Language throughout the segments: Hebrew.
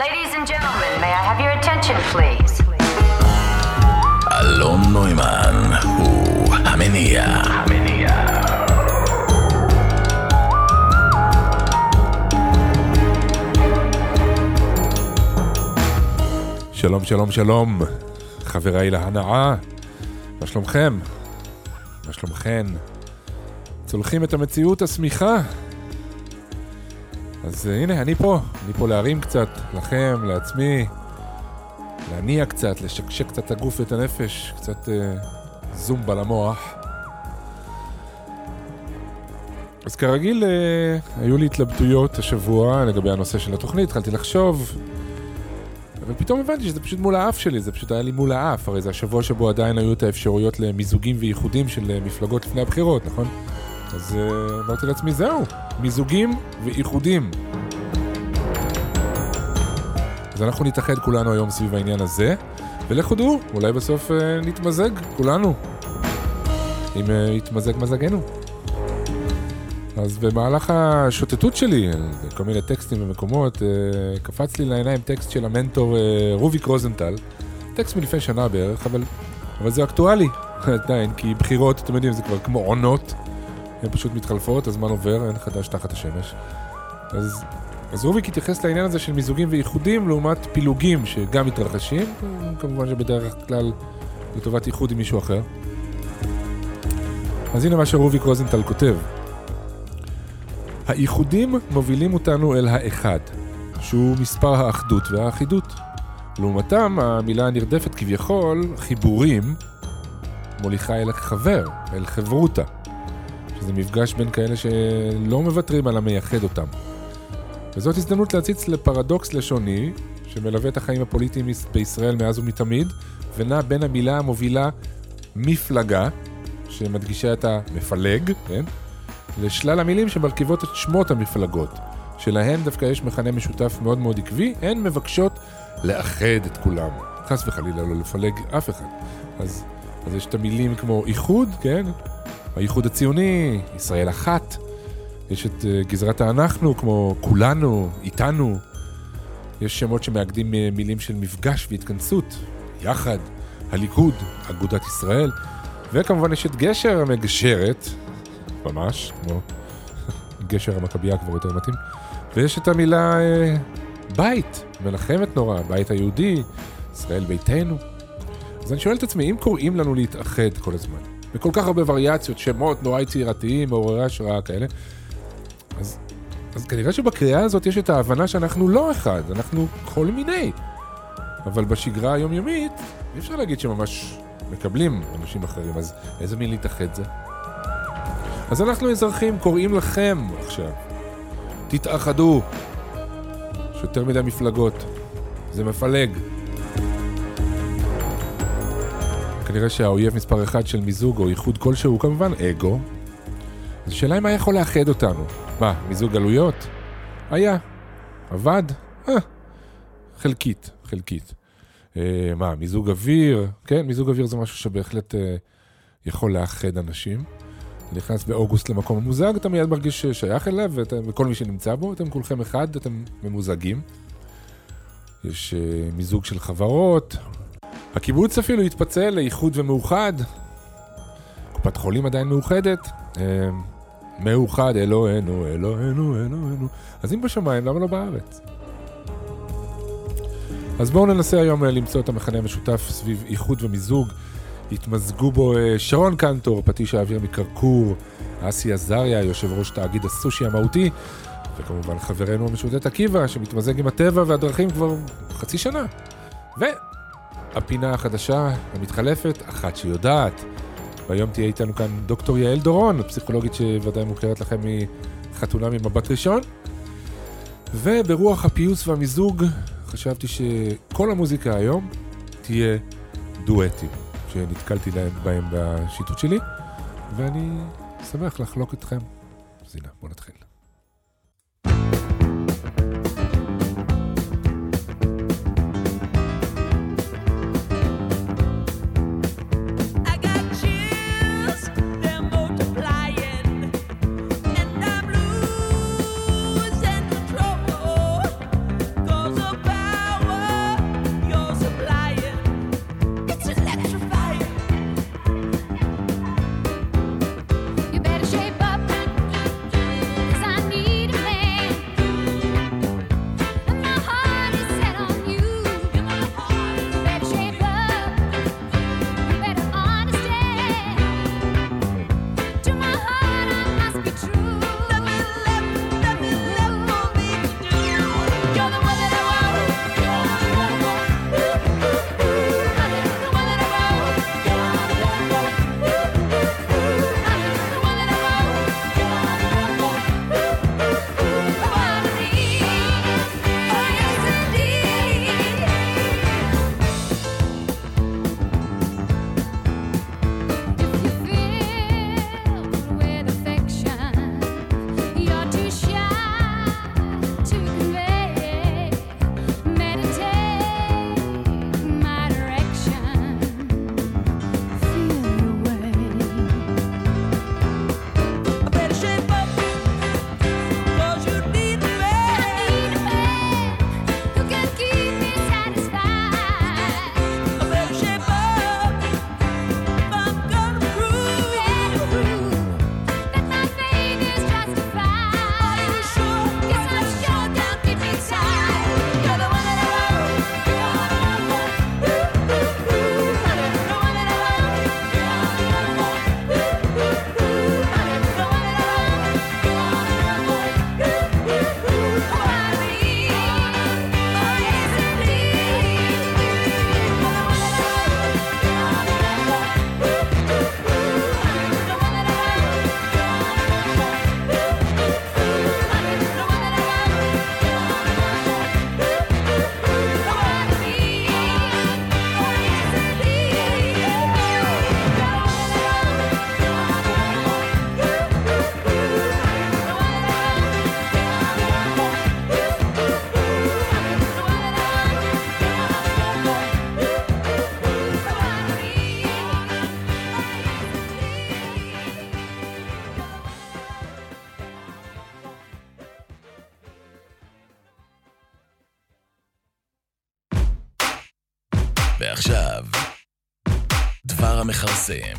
Ladies and gentlemen, may I have your attention, please? אלון נוימן הוא המניע. שלום, שלום, שלום, חבריי להנאה, מה שלומכם? מה שלומכן? צולחים את המציאות השמיכה? אז הנה, אני פה להרים קצת, לכם, לעצמי, להניע קצת, לשקשק קצת את הגוף ואת הנפש, קצת זומבה למוח. אז כרגיל, היו לי התלבטויות השבוע לגבי הנושא של התוכנית, התחלתי לחשוב, אבל פתאום הבנתי שזה פשוט מול האף שלי, זה פשוט היה לי מול האף, הרי זה השבוע שבו עדיין היו את האפשרויות למיזוגים וייחודים של מפלגות לפני הבחירות, נכון? אז אמרתי לעצמי, זהו, מיזוגים וייחודים. אז אנחנו נתאחד כולנו היום סביב העניין הזה, ולכו דעו, אולי בסוף נתמזג כולנו, אם יתמזג מזגנו. אז במהלך השוטטות שלי, כל מיני טקסטים ומקומות, קפץ לי לעיניים טקסט של המנטור רוביק רוזנטל, טקסט מלפני שנה בערך, אבל זה אקטואלי עדיין, כי בחירות, אתם יודעים, זה כבר כמו עונות, הן פשוט מתחלפות, הזמן עובר, אין חדש תחת השמש. אז רוביק התייחס לעניין הזה של מיזוגים וייחודים, לעומת פילוגים שגם מתרחשים, כמובן שבדרך כלל לטובת ייחוד עם מישהו אחר. אז הנה מה שרוביק רוזנטל כותב. הייחודים מובילים אותנו אל האחד, שהוא מספר האחדות והאחידות. לעומתם, המילה הנרדפת כביכול, חיבורים, מוליכה אל חבר, אל חברותה. שזה מפגש בין כאלה שלא מוותרים על המייחד אותם. וזאת הזדמנות להציץ לפרדוקס לשוני, שמלווה את החיים הפוליטיים בישראל מאז ומתמיד, ונע בין המילה המובילה מפלגה, שמדגישה את המפלג, כן? לשלל המילים שמרכיבות את שמות המפלגות, שלהן דווקא יש מכנה משותף מאוד מאוד עקבי, הן מבקשות לאחד את כולם. חס וחלילה לא לפלג אף אחד. אז יש את המילים כמו איחוד, כן? הייחוד הציוני, ישראל אחת. יש את גזרת האנחנו, כמו כולנו, איתנו. יש שמות שמאגדים מילים של מפגש והתכנסות, יחד, הליכוד, אגודת ישראל. וכמובן יש את גשר המגשרת, ממש, כמו גשר המכבייה כבר יותר מתאים. ויש את המילה בית, מלחמת נורא, בית היהודי, ישראל ביתנו. אז אני שואל את עצמי, אם קוראים לנו להתאחד כל הזמן, וכל כך הרבה וריאציות, שמות נורא יצירתיים, מעוררי השראה כאלה, אז כנראה שבקריאה הזאת יש את ההבנה שאנחנו לא אחד, אנחנו כל מיני. אבל בשגרה היומיומית, אי אפשר להגיד שממש מקבלים אנשים אחרים, אז איזה מין להתאחד זה? אז אנחנו אזרחים קוראים לכם עכשיו, תתאחדו, שיותר מדי מפלגות, זה מפלג. כנראה שהאויב מספר אחד של מיזוג או ייחוד כלשהו הוא כמובן אגו. אז השאלה היא מה יכול לאחד אותנו? מה, מיזוג גלויות? היה, עבד? חלקית. מה, מיזוג אוויר? כן, מיזוג אוויר זה משהו שבהחלט יכול לאחד אנשים. נכנס באוגוסט למקום ממוזג, אתה מיד מרגיש שייך אליו, וכל מי שנמצא בו, אתם כולכם אחד, אתם ממוזגים. יש מיזוג של חברות. הקיבוץ אפילו התפצל לאיחוד ומאוחד. קופת חולים עדיין מאוחדת. מאוחד, אלוהינו. אז אם בשמיים, למה לא בארץ? אז בואו ננסה היום למצוא את המכנה המשותף סביב איחוד ומיזוג. התמזגו בו שרון קנטור, פטיש האוויר מקרקור, אסי עזריה, יושב ראש תאגיד הסושי המהותי, וכמובן חברנו המשוטט עקיבא, שמתמזג עם הטבע והדרכים כבר חצי שנה. והפינה החדשה, המתחלפת, אחת שיודעת. והיום תהיה איתנו כאן דוקטור יעל דורון, פסיכולוגית שוודאי מוכרת לכם מחתונה ממבט ראשון. וברוח הפיוס והמיזוג, חשבתי שכל המוזיקה היום תהיה דואטים. שנתקלתי בהם בשיטות שלי, ואני שמח לחלוק אתכם. אז הנה, בוא נתחיל. Bye. ועכשיו, דבר המכרסם.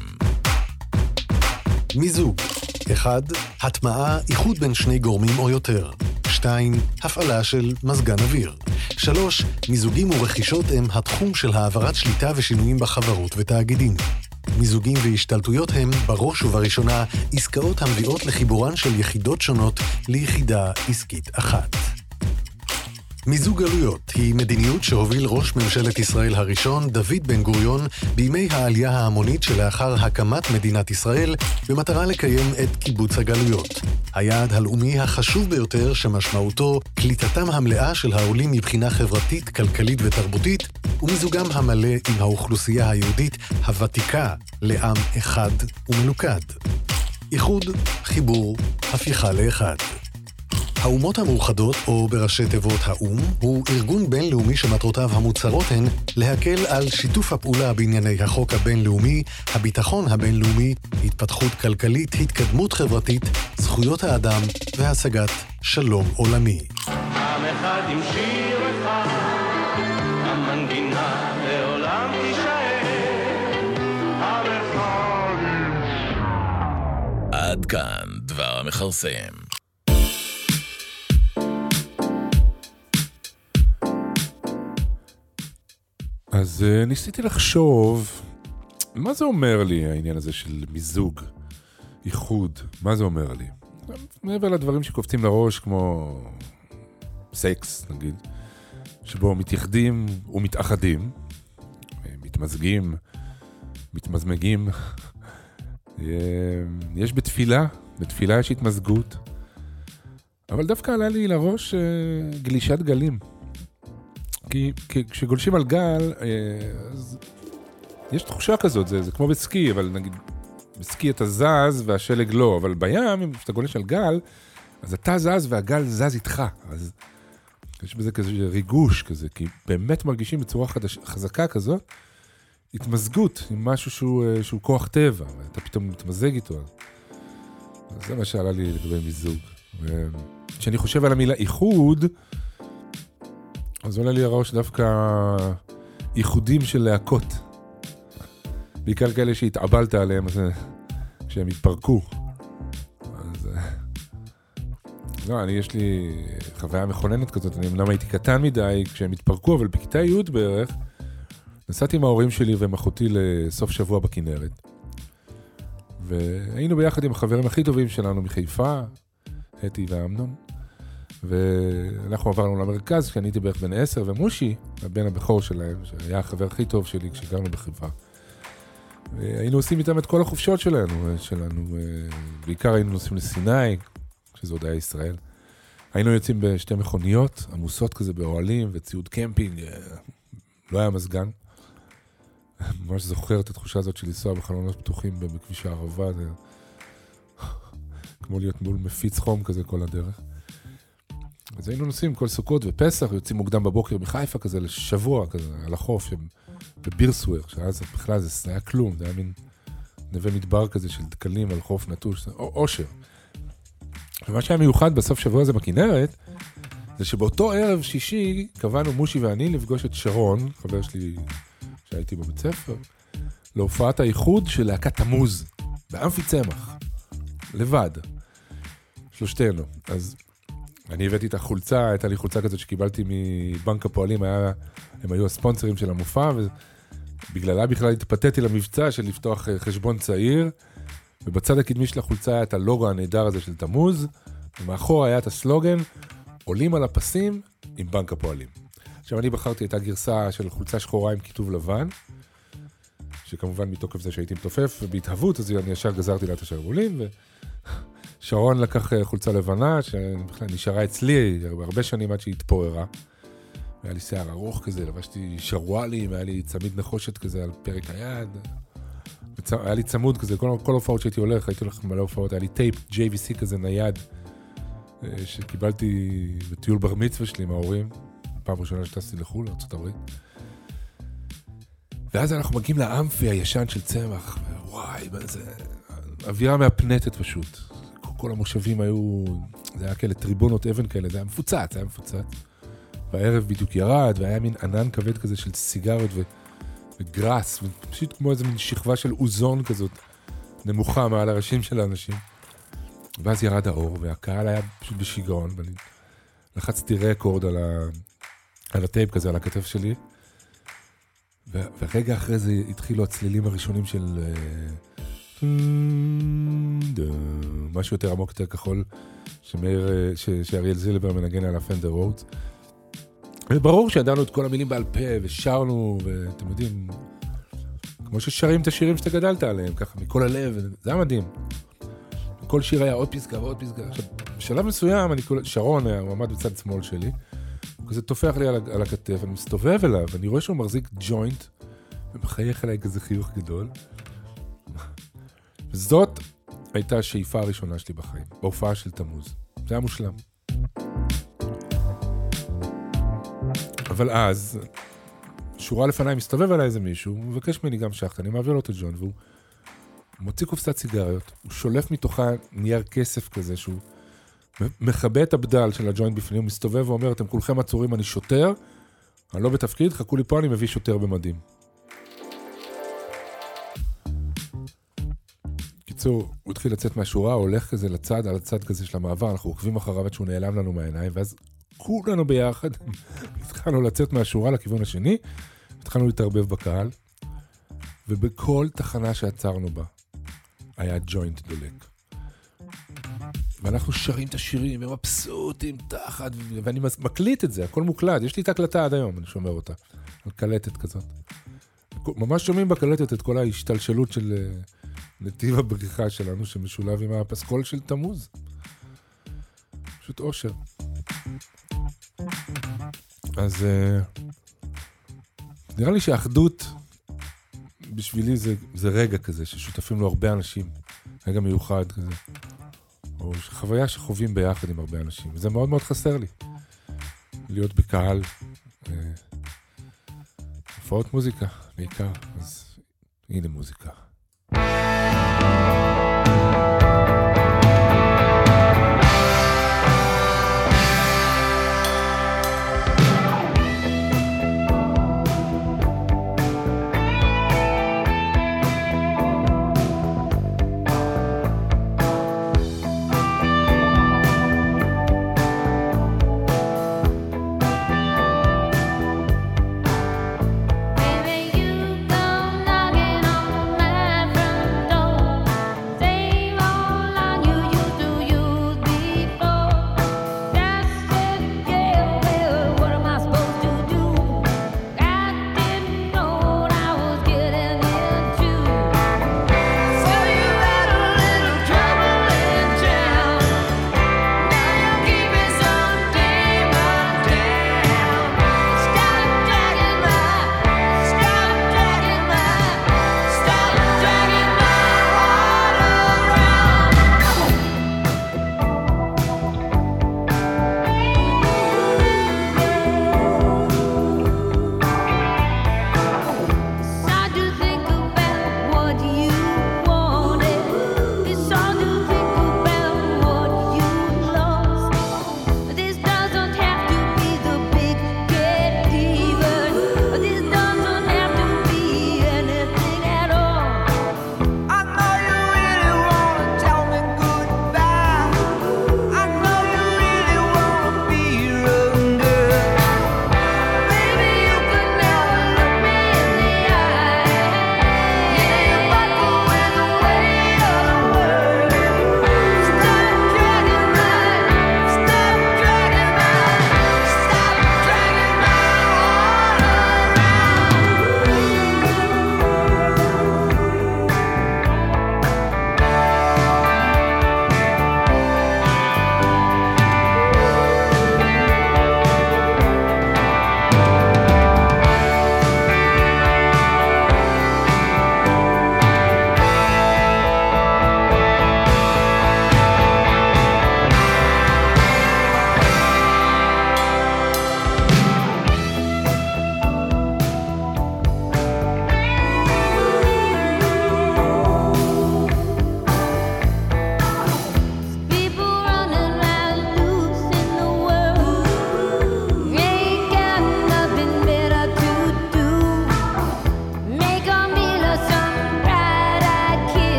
מיזוג. 1. הטמעה, איחוד בין שני גורמים או יותר. 2. הפעלה של מזגן אוויר. 3. מיזוגים ורכישות הם התחום של העברת שליטה ושינויים בחברות ותאגידים. מיזוגים והשתלטויות הם, בראש ובראשונה, עסקאות המביאות לחיבורן של יחידות שונות ליחידה עסקית אחת. מיזוג גלויות היא מדיניות שהוביל ראש ממשלת ישראל הראשון, דוד בן גוריון, בימי העלייה ההמונית שלאחר הקמת מדינת ישראל, במטרה לקיים את קיבוץ הגלויות. היעד הלאומי החשוב ביותר שמשמעותו קליטתם המלאה של העולים מבחינה חברתית, כלכלית ותרבותית, ומיזוגם המלא עם האוכלוסייה היהודית הוותיקה לעם אחד ומלוכד. איחוד, חיבור, הפיכה לאחד. האומות המאוחדות, או בראשי תיבות האום, הוא ארגון בינלאומי שמטרותיו המוצהרות הן להקל על שיתוף הפעולה בענייני החוק הבינלאומי, הביטחון הבינלאומי, התפתחות כלכלית, התקדמות חברתית, זכויות האדם והשגת שלום עולמי. עם אחד עם שיר אחד, המנגינה לעולם תישאר. עם אחד. עד כאן דבר המכרסם. אז ניסיתי לחשוב, מה זה אומר לי העניין הזה של מיזוג, איחוד, מה זה אומר לי? מעבר לדברים שקופצים לראש כמו סקס נגיד, שבו מתייחדים ומתאחדים, מתמזגים, מתמזמגים, יש בתפילה יש התמזגות, אבל דווקא עלה לי לראש גלישת גלים. כי כשגולשים על גל, אז יש תחושה כזאת, זה כמו בסקי, אבל נגיד, בסקי אתה זז והשלג לא, אבל בים, אם אתה גולש על גל, אז אתה זז והגל זז איתך, אז יש בזה כזה ריגוש כזה, כי באמת מרגישים בצורה חזקה כזאת, התמזגות עם משהו שהוא כוח טבע, ואתה פתאום מתמזג איתו. אז זה מה שעלה לי לגבי מיזוג. כשאני חושב על המילה איחוד, אז עולה לי הראש דווקא איחודים של להקות. בעיקר כאלה שהתעבלת עליהם, אז כשהם התפרקו. אז לא, יש לי חוויה מכוננת כזאת, אני אמנם הייתי קטן מדי כשהם התפרקו, אבל בכיתה י' בערך, נסעתי עם ההורים שלי ועם אחותי לסוף שבוע בכנרת. והיינו ביחד עם החברים הכי טובים שלנו מחיפה, הטי ואמנון. ואנחנו עברנו למרכז, כשאני הייתי בערך בן 10, ומושי, הבן הבכור שלהם, שהיה החבר הכי טוב שלי כשגרנו בחיפה. והיינו עושים איתם את כל החופשות שלנו, בעיקר היינו נוסעים לסיני, שזה עוד היה ישראל. היינו יוצאים בשתי מכוניות, עמוסות כזה באוהלים, וציוד קמפינג, לא היה מזגן. ממש זוכר את התחושה הזאת של לנסוע בחלונות פתוחים בכביש הערבה, זה כמו להיות מול מפיץ חום כזה כל הדרך. אז היינו נוסעים כל סוכות ופסח, יוצאים מוקדם בבוקר מחיפה כזה לשבוע כזה, על החוף, בבירסוור, שאז בכלל זה היה כלום, זה היה מין נווה מדבר כזה של דקלים על חוף נטוש, אושר. ומה שהיה מיוחד בסוף שבוע הזה בכנרת, זה שבאותו ערב שישי קבענו מושי ואני לפגוש את שרון, חבר שלי שהייתי בבית ספר, להופעת האיחוד של להקת תמוז, באמפי צמח, לבד, שלושתנו. אז אני הבאתי את החולצה, הייתה לי חולצה כזאת שקיבלתי מבנק הפועלים, הם היו הספונסרים של המופע, ובגללה בכלל התפתיתי למבצע של לפתוח חשבון צעיר, ובצד הקדמי של החולצה היה את הלוגו הנהדר הזה של תמוז, ומאחור היה את הסלוגן, עולים על הפסים עם בנק הפועלים. עכשיו אני בחרתי את הגרסה של חולצה שחורה עם כיתוב לבן, שכמובן מתוקף זה שהייתי מתופף, ובהתהוות אז אני ישר גזרתי לה את השרוולים, ושרון לקח חולצה לבנה, שבכלל נשארה אצלי הרבה שנים עד שהיא התפוררה. היה לי שיער ארוך כזה, לבשתי שרוואלים, היה לי צמיד נחושת כזה על פרק היד, היה לי צמוד כזה, כל הופעות שהייתי הולך מלא הופעות, היה לי טייפ JVC כזה נייד, שקיבלתי בטיול בר מצווה שלי עם ההורים, פעם ראשונה שטסתי לחו"ל, ארצות הברית. ואז אנחנו מגיעים לאמפי הישן של צמח, וואי, זה אווירה מהפנטת פשוט. כל המושבים היו, זה היה כאלה טריבונות אבן כאלה, זה היה מפוצץ, והערב בדיוק ירד, והיה מין ענן כבד כזה של סיגרות וגרס, פשוט כמו איזה מין שכבה של אוזון כזאת, נמוכה מעל הראשים של האנשים. ואז ירד האור, והקהל היה פשוט בשיגעון, ואני לחצתי רקורד על הטייפ כזה, על הכתף שלי, ורגע אחרי זה התחילו הצלילים הראשונים של משהו יותר עמוק, יותר כחול, שאריאל זילבר מנגן על הפנדר רודס. וברור שידענו את כל המילים בעל פה, ושרנו, ואתם יודעים, כמו ששרים את השירים שאתה גדלת עליהם, ככה, מכל הלב, זה היה מדהים. כל שיר היה עוד פסקה ועוד פסקה. עכשיו, בשלב מסוים, שרון, הוא עמד בצד שמאל שלי, הוא כזה תופח לי על הכתף, אני מסתובב אליו, ואני רואה שהוא מחזיק ג'וינט, ומחייך אליי כזה חיוך גדול. וזאת הייתה השאיפה הראשונה שלי בחיים, בהופעה של תמוז. זה היה מושלם. אבל אז, שורה לפניי מסתובב עליי איזה מישהו, הוא מבקש ממני גם שחט, אני מעביר לו את הג'וינט, והוא מוציא קופסת סיגריות, הוא שולף מתוכה נייר כסף כזה, שהוא מכבה את הבדל של הג'וינט בפנים, הוא מסתובב ואומר, אתם כולכם עצורים, אני שוטר, אני לא בתפקיד, חכו לי פה, אני מביא שוטר במדים. קיצור, הוא התחיל לצאת מהשורה, הוא הולך כזה לצד, על הצד כזה של המעבר, אנחנו עוקבים אחריו עד שהוא נעלם לנו מהעיניים, ואז כולנו ביחד, התחלנו לצאת מהשורה לכיוון השני, התחלנו להתערבב בקהל, ובכל תחנה שעצרנו בה, היה ג'וינט דולק. ואנחנו שרים את השירים, ומבסוטים תחת, ואני מקליט את זה, הכל מוקלט, יש לי את הקלטה עד היום, אני שומר אותה, על קלטת כזאת. ממש שומעים בקלטת את כל ההשתלשלות של נתיב הבריחה שלנו, שמשולב עם הפסקול של תמוז. פשוט אושר. אז נראה לי שהאחדות בשבילי זה רגע כזה, ששותפים לו הרבה אנשים, רגע מיוחד כזה, או חוויה שחווים ביחד עם הרבה אנשים, וזה מאוד מאוד חסר לי, להיות בקהל, הופעות מוזיקה בעיקר, אז הנה מוזיקה. Baby, you come knocking on my front door.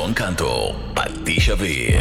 שרון קנטור, פטיש אוויר.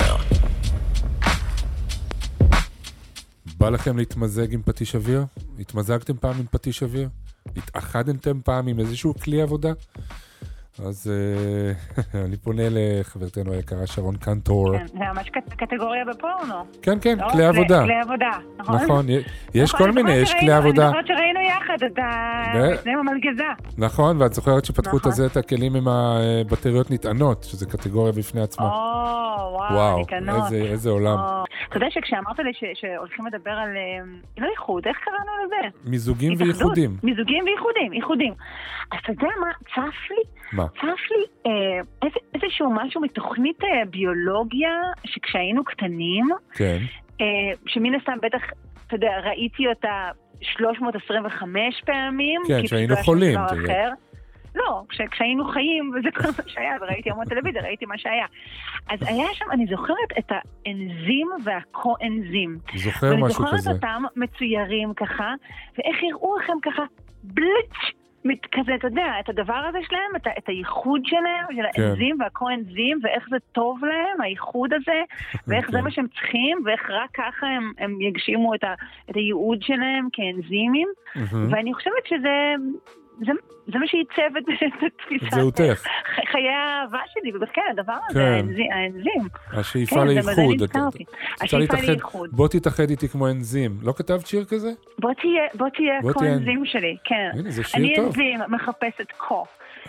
בא לכם להתמזג עם פטיש אוויר? התמזגתם פעם עם פטיש אוויר? התאחדתם פעם עם איזשהו כלי עבודה? אז אני פונה לחברתנו היקרה שרון קנטור. כן, זה ממש קטגוריה בפורנו. כן, כן, כלי עבודה. כלי עבודה, נכון? נכון, יש כל מיני, יש כלי עבודה. אני זוכרת שראינו יחד את המלגזה. נכון, ואת זוכרת שפתחו את הכלים עם הבטריות נטענות, שזה קטגוריה בפני עצמה. וואו, נטענות. איזה עולם. אתה יודע שכשאמרת לי שהולכים לדבר על, לא איחוד, איך קראנו לזה? מיזוגים וייחודים. מיזוגים וייחודים. אז אתה יודע מה, צף לי איזשהו משהו מתוכנית ביולוגיה שכשהיינו קטנים, כן. שמן הסתם בטח, אתה יודע, ראיתי אותה 325 פעמים. כן, שהיינו חולים. לא, כשהיינו חיים, וזה כל מה שהיה, וראיתי המון טלוויזיה, ראיתי מה שהיה. אז היה שם, אני זוכרת את האנזים והקו-אנזים. זוכר משהו כזה. ואני זוכרת אותם מצוירים ככה, ואיך יראו לכם ככה, בליץ', כזה, אתה יודע, את הדבר הזה שלהם, את הייחוד שלהם, של האנזים והקו-אנזים, ואיך זה טוב להם, הייחוד הזה, ואיך זה מה שהם צריכים, ואיך רק ככה הם יגשימו את הייעוד שלהם כאנזימים. ואני חושבת שזה... זה מה שעיצב את התפיסה. זהותך. חיי האהבה שלי, ובכן, הדבר הזה, האנזים. השאיפה לאיחוד. השאיפה לאיחוד. בוא תתאחד איתי כמו אנזים. לא כתבת שיר כזה? בוא תהיה כמו אנזים שלי, כן. הנה, זה שיר טוב. אני אנזים, מחפשת קו.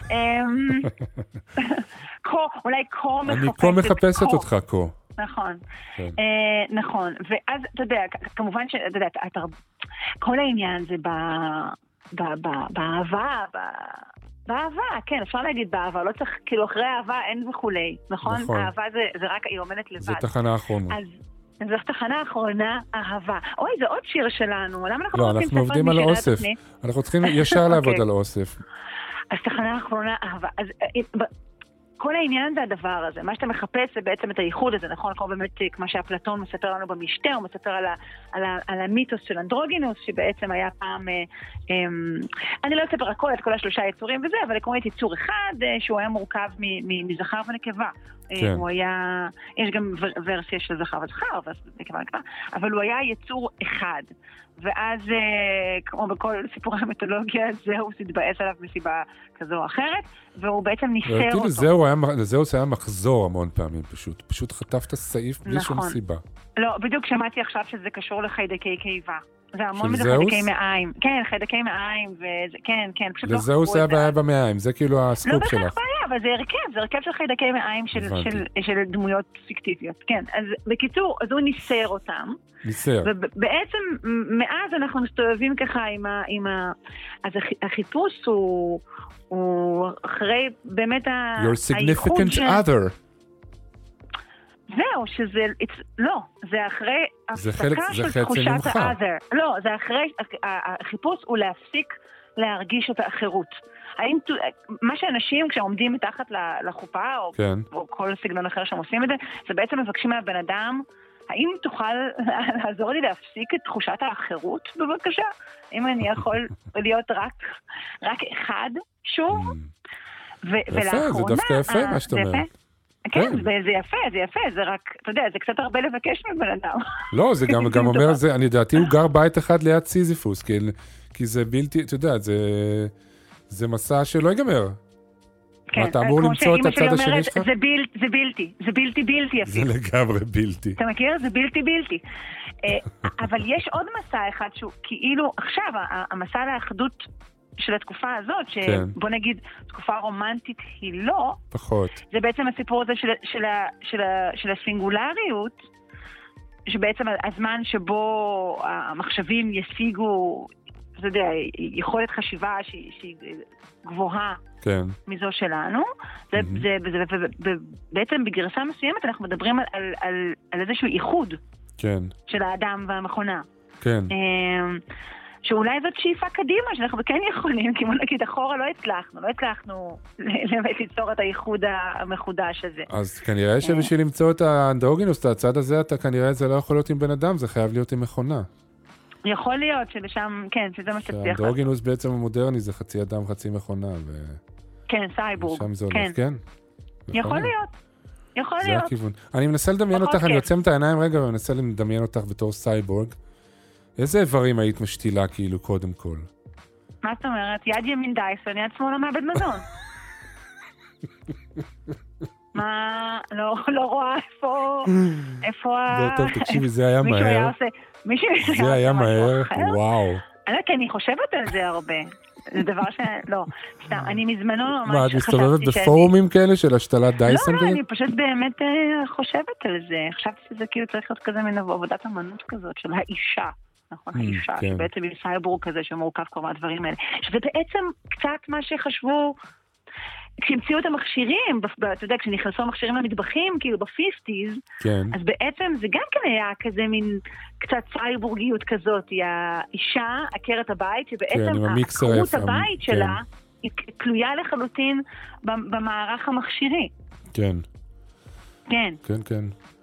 אולי קו מחפשת קו. אני קו מחפשת אותך, קו. נכון. ואז, אתה יודע, כמובן שאתה יודע, כל העניין זה באהבה, כן, אפשר להגיד באהבה, לא צריך, כאילו אחרי אהבה אין וכולי, נכון? אהבה זה רק, היא עומדת לבד. זה תחנה האחרונה. אז זו תחנה האחרונה, אהבה. אוי, זה עוד שיר שלנו, למה אנחנו לא, אנחנו עובדים על האוסף. אנחנו צריכים ישר לעבוד על האוסף. אז תחנה האחרונה, אהבה. אז כל העניין זה הדבר הזה. מה שאתה מחפש זה בעצם את הייחוד הזה, נכון? כמו באמת, כמו שאפלטון מספר לנו במשתה, הוא מספר על המיתוס של אנדרוגינוס, שבעצם היה פעם, אני לא אספר הכל, את כל השלושה יצורים וזה, אבל כמו יצור אחד, שהוא היה מורכב מזכר ונקבה. כן. הוא היה, יש גם ורסיה של זכר וזכר, ונקבה ונקבה, אבל הוא היה יצור אחד. ואז, כמו בכל סיפורי המיתולוגיה, זהו התבאס עליו מסיבה כזו או אחרת, והוא בעצם ניסר אותו. לזהו היה מחזור המון פעמים פשוט. פשוט חטף את הסעיף בלי שום סיבה. לא, בדיוק שמעתי עכשיו שזה קשור לחיידקי קיבה. זה המון מזה חיידקי מעיים. כן, חיידקי מעיים, כן. לזהוס היה בעיה במעיים, זה כאילו הסקופ שלך. לא בכך בעיה, אבל זה הרכב של חיידקי מעיים של דמויות פיקטיביות. כן, אז בקיצור, אז הוא ניסר אותם. ניסר. ובעצם מאז אנחנו מסתובבים ככה עם אז החיפוש הוא אחרי באמת Your significant other. זהו, שזה, לא, זה אחרי הפסקה של תחושת ה-other. לא, זה אחרי, החיפוש הוא להפסיק להרגיש את האחרות. מה שאנשים כשעומדים מתחת לחופה, או כל סגנון אחר שהם עושים את זה, זה בעצם מבקשים מהבן אדם, האם תוכל לעזור לי להפסיק את תחושת האחרות, בבקשה? אם אני יכול להיות רק אחד, שוב? יפה, זה דווקא יפה מה שאתה אומר. כן, זה יפה, זה רק, אתה יודע, זה קצת הרבה לבקש מבן אדם. לא, זה גם אומר, אני יודעתי, הוא גר בית אחד ליד סיזיפוס, כי זה בלתי, אתה יודע, זה מסע שלא ייגמר. אתה אמור למצוא את הצד השני שלך? זה בלתי אפילו. זה לגמרי בלתי. אתה מכיר? זה בלתי. אבל יש עוד מסע אחד שהוא כאילו, עכשיו, המסע לאחדות של התקופה הזאת, שבוא נגיד, תקופה רומנטית היא לא, פחות. זה בעצם הסיפור הזה של הסינגולריות, שבעצם הזמן שבו המחשבים ישיגו, אתה יודע, יכולת חשיבה שהיא גבוהה מזו שלנו, ובעצם בגרסה מסוימת אנחנו מדברים על איזשהו איחוד של האדם והמכונה. כן. שאולי זאת שאיפה קדימה, שאנחנו כן יכולים, כי נגיד אחורה לא הצלחנו ליצור את הייחוד המחודש הזה. אז כנראה שבשביל למצוא את האנדרוגינוס, את הצד הזה, אתה כנראה זה לא יכול להיות עם בן אדם, זה חייב להיות עם מכונה. יכול להיות שבשם, כן, שזה מה שצריך. האנדרוגינוס בעצם המודרני, זה חצי אדם, חצי מכונה. כן, סייבורג. שם זה הולך, כן? יכול להיות. יכול זה להיות. הכיוון. אני מנסה לדמיין אותך, אני עוצם את העיניים רגע, ומנסה לדמיין אותך בתור סייבורג. איזה איברים היית משתילה כאילו קודם כל? מה זאת אומרת? יד ימין דייסון, יד שמאלה מעבד מזון. מה? לא רואה איפה טוב, תקשיבי, זה היה מהר. זה היה מהר, וואו. אני חושבת על זה הרבה. זה דבר לא, סתם, אני מזמנו ממש מה, את מסתובבת בפורומים כאלה של השתלת דייסון? לא, אני פשוט באמת חושבת על זה. חשבתי שזה כאילו צריך להיות כזה מן עבודת אמנות כזאת של האישה. נכון, האישה, שבעצם היא סייבורג כזה שמורכב כבר מהדברים האלה. שזה בעצם קצת מה שחשבו כשהמציאו את המכשירים, אתה יודע, כשנכנסו המכשירים למטבחים, כאילו ב-50s, אז בעצם זה גם כן היה כזה מין קצת סייבורגיות כזאת, היא האישה, עקרת הבית, שבעצם עקרות הבית שלה היא תלויה לחלוטין במערך המכשירי. כן. כן. כן, כן.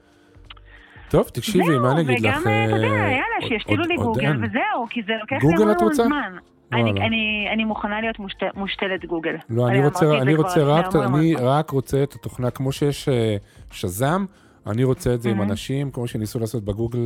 טוב, תקשיבי, מה אני אגיד לך? וגם, אתה יודע, יאללה, שישתילו לי גוגל, וזהו, כי זה לוקח לי המון זמן. אני מוכנה להיות מושתלת גוגל. לא, אני רק רוצה את התוכנה, כמו שיש שזם, אני רוצה את זה עם אנשים, כמו שניסו לעשות בגוגל,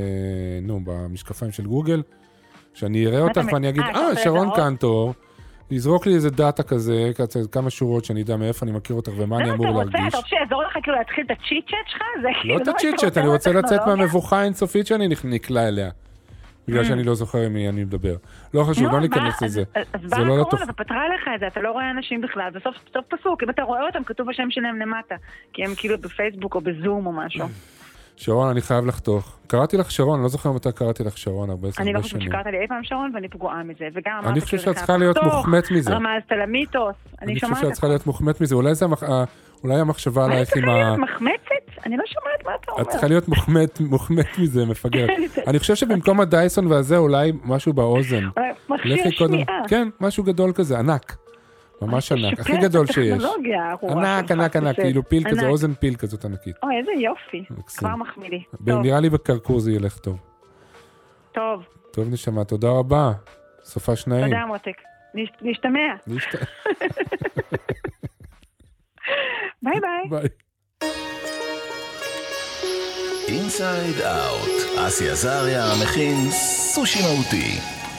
במשקפיים של גוגל, שאני אראה אותך ואני אגיד, שרון קנטור, יזרוק לי איזה דאטה כזה, כמה שורות שאני יודע מאיפה אני מכיר אותך ומה אני אמור להרגיש. אתה רוצה שיעזור לך כאילו להתחיל את הצ'יט-צ'ט שלך? לא את הצ'יט-צ'ט, אני רוצה לצאת מהמבוכה האינסופית שאני נקלע אליה. בגלל שאני לא זוכר עם מי אני מדבר. לא חשוב, לא ניכנס לזה. אז באה הקורונה ופתרה לך את זה, אתה לא רואה אנשים בכלל, זה סוף פסוק, אם אתה רואה אותם, כתוב השם שלהם למטה, כי הם כאילו בפייסבוק או בזום או משהו. שרון, אני חייב לחתוך. קראתי לך שרון, לא זוכר מתי קראתי לך שרון, הרבה שנים. אני לא חושבת שקראת לי אי פעם שרון, ואני פגועה מזה, וגם אני חושב שאת צריכה להיות מוחמת מזה. רמזת למיתוס, אני חושב שאת צריכה להיות מוחמת מזה, אולי המחשבה עלייך עם ה... מחמצת? אני לא שומעת מה אתה אומר. את צריכה להיות מוחמת מזה, מפגרת. אני חושב שבמקום הדייסון והזה, אולי משהו באוזן. מכשיר שמיעה. כן, משהו גדול כזה, ענק. ממש ענק, הכי גדול שיש. ענק, כאילו פיל כזה, אוזן פיל כזאת ענקית. אוי, איזה יופי, כבר מחמיא לי. נראה לי בקרקור זה ילך טוב. טוב. טוב נשמע, תודה רבה. סופה שניים. תודה מותק. נשתמע. ביי ביי. אינסייד אאוט, אסי עזריה מכין סושי מהותי.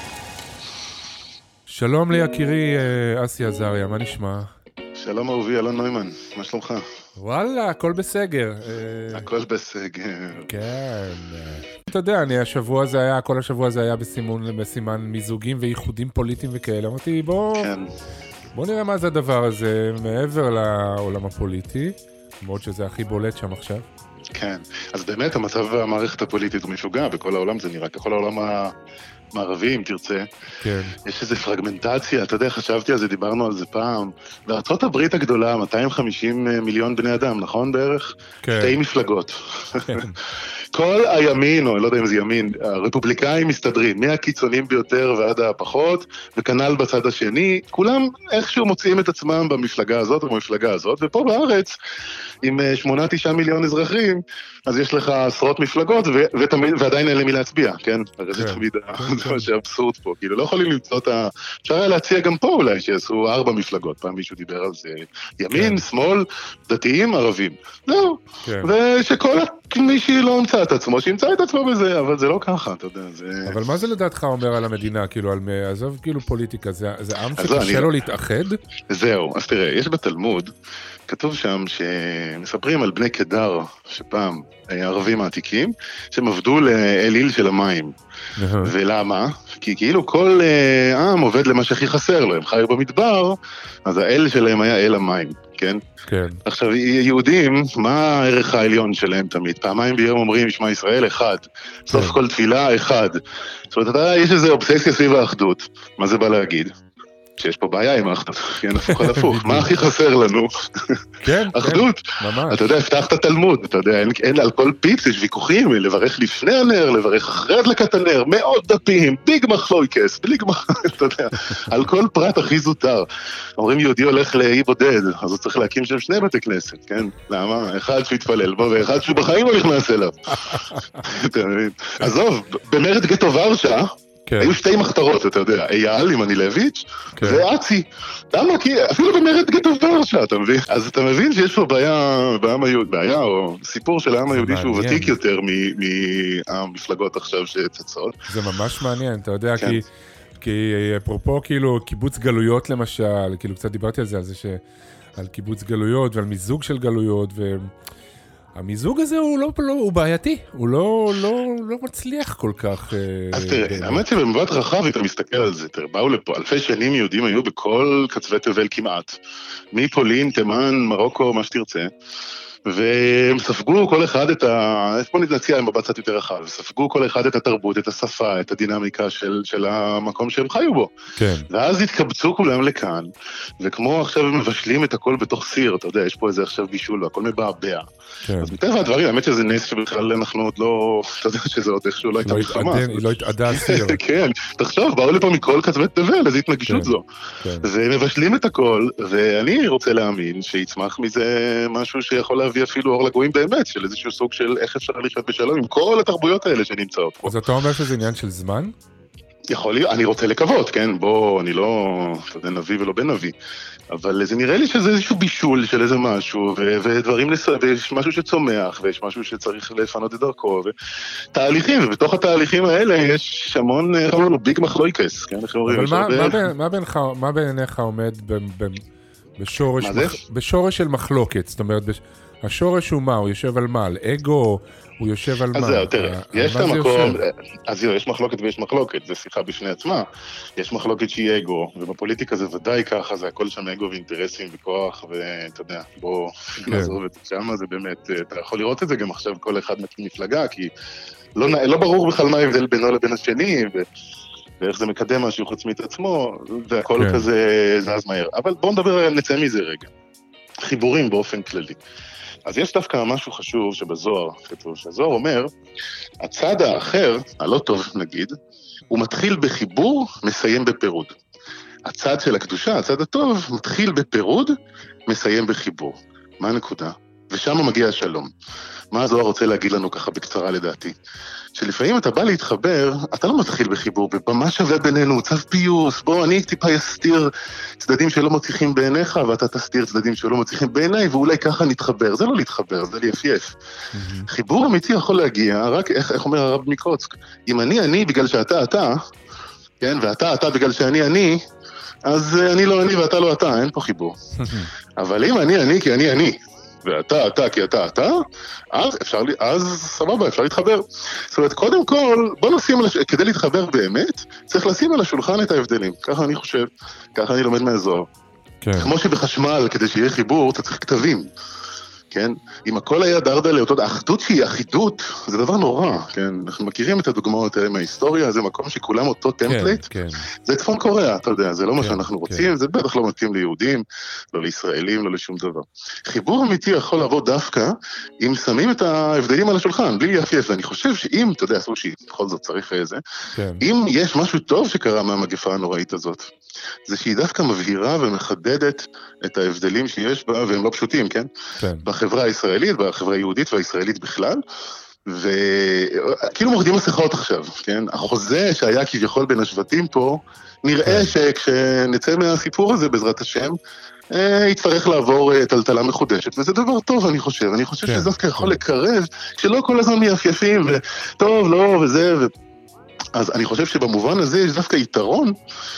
שלום ליקירי אסי עזריה, מה נשמע? שלום אהובי, אלון נוימן, מה שלומך? וואלה, הכל בסגר. הכל בסגר. כן. אתה יודע, כל השבוע הזה היה בסימן מיזוגים וייחודים פוליטיים וכאלה. אמרתי, בוא נראה מה זה הדבר הזה, מעבר לעולם הפוליטי, מאוד שזה הכי בולט שם עכשיו. כן, אז באמת המצב המערכת הפוליטית הוא משוגע, בכל העולם זה נראה, ככל העולם המערבי, אם תרצה. כן. יש איזו פרגמנטציה, אתה יודע, חשבתי על זה, דיברנו על זה פעם. בארצות הברית הגדולה, 250 מיליון בני אדם, נכון בערך? כן. 2 מפלגות. כן. כל הימין, או אני לא יודע אם זה ימין, הרפובליקאים מסתדרים, מהקיצונים ביותר ועד הפחות, וכנ"ל בצד השני, כולם איכשהו מוצאים את עצמם במפלגה הזאת או במפלגה הזאת, ופה בארץ, עם 8-9 מיליון אזרחים, אז יש לך עשרות מפלגות, ועדיין אין למי להצביע, כן? הרי זה תמיד, זה מה שאבסורד פה, כאילו לא יכולים למצוא את ה... אפשר היה להציע גם פה אולי, שיעשו 4 מפלגות, פעם מישהו דיבר על זה, ימין, שמאל, דתיים, ערבים. זהו, ושכל מישהי לא המצא את עצמו, שימצא את עצמו בזה, אבל זה לא ככה, אתה יודע, זה... אבל מה זה לדעתך אומר על המדינה, כאילו, על עזוב כאילו פוליטיקה, זה עם שקשה לו להתאחד? זהו, אז תראה, יש בתלמוד, כתוב שם שמספרים על בני קדר, שפעם ערבים העתיקים, שהם עבדו לאליל של המים. ולמה? כי כאילו כל עם עובד למה שהכי חסר לו, הם חיו במדבר, אז האל שלהם היה אל המים, כן? כן. עכשיו, יהודים, מה הערך העליון שלהם תמיד? פעמיים ביום אומרים, שמע ישראל, אחד. סוף כל תפילה, אחד. זאת אומרת, יש איזו אובססיה סביב האחדות. מה זה בא להגיד? שיש פה בעיה עם האחדות, כן, הפוך על הפוך. מה הכי חסר לנו? כן, אחדות. ממש. אתה יודע, הפתח את התלמוד, אתה יודע, אין על כל פיפס, יש ויכוחים, לברך לפני הנר, לברך אחרי הדלקת הנר, מאות דפים, ביג מחלוקס, אתה יודע, על כל פרט הכי זוטר. אומרים יהודי הולך לאי בודד, אז הוא צריך להקים שם 2 בתי כנסת, כן? למה? אחד שיתפלל בו, ואחד שהוא בחיים לא נכנס אליו. עזוב, במרד גטו ורשה, היו שתי מחתרות, אתה יודע, אייל עם אנילביץ' ואצי. למה? כי אפילו במרד גטו ורשה, אתה מבין? אז אתה מבין שיש פה בעיה או סיפור של העם היהודי שהוא ותיק יותר מהמפלגות עכשיו שצצות. זה ממש מעניין, אתה יודע, כי אפרופו כאילו קיבוץ גלויות למשל, כאילו קצת דיברתי על זה, על קיבוץ גלויות ועל מיזוג של גלויות, והמיזוג הזה הוא בעייתי, הוא לא מצליח כל כך. אז תראה, האמת שבמבט רחב אתה מסתכל על זה, תראה, באו לפה, אלפי שנים יהודים היו בכל קצווי תבל כמעט, מפולין, תימן, מרוקו, מה שתרצה, והם ספגו כל אחד בוא נציע עם מבט קצת יותר רחב, ספגו כל אחד את התרבות, את השפה, את הדינמיקה של המקום שהם חיו בו. כן. ואז התקבצו כולם לכאן, וכמו עכשיו הם מבשלים את הכל בתוך סיר, אתה יודע, יש פה איזה עכשיו בישול, והכל מבעבע. כן. אז מטבע הדברים, האמת שזה נס שבכלל אנחנו עוד לא, אתה יודע שזה עוד איכשהו לא הייתה מלחמה. היא לא התעדה סיר. כן, תחשוב, באו לפה מכל קצווי תבל, איזו התנגשות זו. ומבשלים את הכל, ואני רוצה להאמין שיצמח מזה משהו שיכול להביא אפילו אור לגויים באמת, של איזשהו סוג של איך אפשר לחיות בשלום עם כל התרבויות האלה שנמצאות פה. אז אתה אומר שזה עניין של זמן? יכול להיות, אני רוצה לקוות, כן? בוא, אני לא, אתה יודע, נביא ולא בן נביא. אבל זה נראה לי שזה איזשהו בישול של איזה משהו, ודברים, ויש משהו שצומח, ויש משהו שצריך לפנות את דרכו, ותהליכים, ובתוך התהליכים האלה יש המון, איך אמרנו, ביג מחלויקס, כן? אבל מה בעיניך עומד בשורש של מחלוקת? זאת אומרת, השורש הוא מה? הוא יושב על מה? על אגו? הוא יושב על מה? אז זהו, תראה, יש את המקום, אז זהו, יש מחלוקת ויש מחלוקת, זה שיחה בפני עצמה, יש מחלוקת שהיא אגו, ובפוליטיקה זה ודאי ככה, זה הכל שם אגו ואינטרסים וכוח, ואתה יודע, בוא נעזוב את זה שם, זה באמת, אתה יכול לראות את זה גם עכשיו כל אחד מפלגה, כי לא ברור בכלל מה ההבדל בינו לבין השני, ואיך זה מקדם משהו חוץ מעצמו עצמו, והכל כזה זז מהר. אבל בואו נצא מזה רגע. חיבורים באופן כללי. אז יש דווקא משהו חשוב שבזוהר כתוב, שהזוהר אומר, הצד האחר, הלא טוב נגיד, הוא מתחיל בחיבור, מסיים בפירוד. הצד של הקדושה, הצד הטוב, מתחיל בפירוד, מסיים בחיבור. מה הנקודה? ושם מגיע השלום. מה הזוהר רוצה להגיד לנו ככה בקצרה לדעתי? שלפעמים אתה בא להתחבר, אתה לא מתחיל בחיבור, במה שווה בינינו, צו פיוס, בוא אני טיפה יסתיר צדדים שלא מצליחים בעיניך, ואתה תסתיר צדדים שלא מצליחים בעיניי, ואולי ככה נתחבר. זה לא להתחבר, זה ליפייף. חיבור אמיתי יכול להגיע, רק איך אומר הרב מקוצק, אם אני בגלל שאתה אתה, כן, ואתה בגלל שאני, אז אני לא אני ואתה לא אתה, אין פה חיבור. אבל אם אני כי אני, ואתה כי אתה, אז סבבה, אפשר להתחבר. זאת אומרת, קודם כל, בוא נשים, כדי להתחבר באמת, צריך לשים על השולחן את ההבדלים. ככה אני חושב, ככה אני לומד מהזוהר. כמו שבחשמל, כדי שיהיה חיבור, אתה צריך כתבים. כן? אם הכל היה דרדלה, האחדות שהיא אחידות, זה דבר נורא, כן? אנחנו מכירים את הדוגמאות האלה מההיסטוריה, זה מקום שכולם אותו טמפלייט, זה צפון קוריאה, אתה יודע, זה לא מה שאנחנו רוצים, זה בטח לא מתאים ליהודים, לא לישראלים, לא לשום דבר. חיבור אמיתי יכול לעבוד דווקא, אם שמים את ההבדלים על השולחן, בלי יפייף, ואני חושב שאם, אתה יודע, סושי, בכל זאת צריך איזה, אם יש משהו טוב שקרה מהמגפה הנוראית הזאת, זה שהיא דווקא מבהירה ומחדדת את ההבדלים שיש בה, והם לא פשוטים, כן? בחברה הישראלית, בחברה היהודית והישראלית בכלל, וכאילו מורדים מסכות עכשיו, כן? החוזה שהיה כביכול בין השבטים פה, נראה שכשנצא מהסיפור הזה בעזרת השם, יצטרך לעבור טלטלה מחודשת, וזה דבר טוב, אני חושב. אני חושב שזה דווקא יכול לקרב, שלא כל הזמן מייפייפים, וטוב, לא, וזה, אז אני חושב שבמובן הזה יש דווקא יתרון,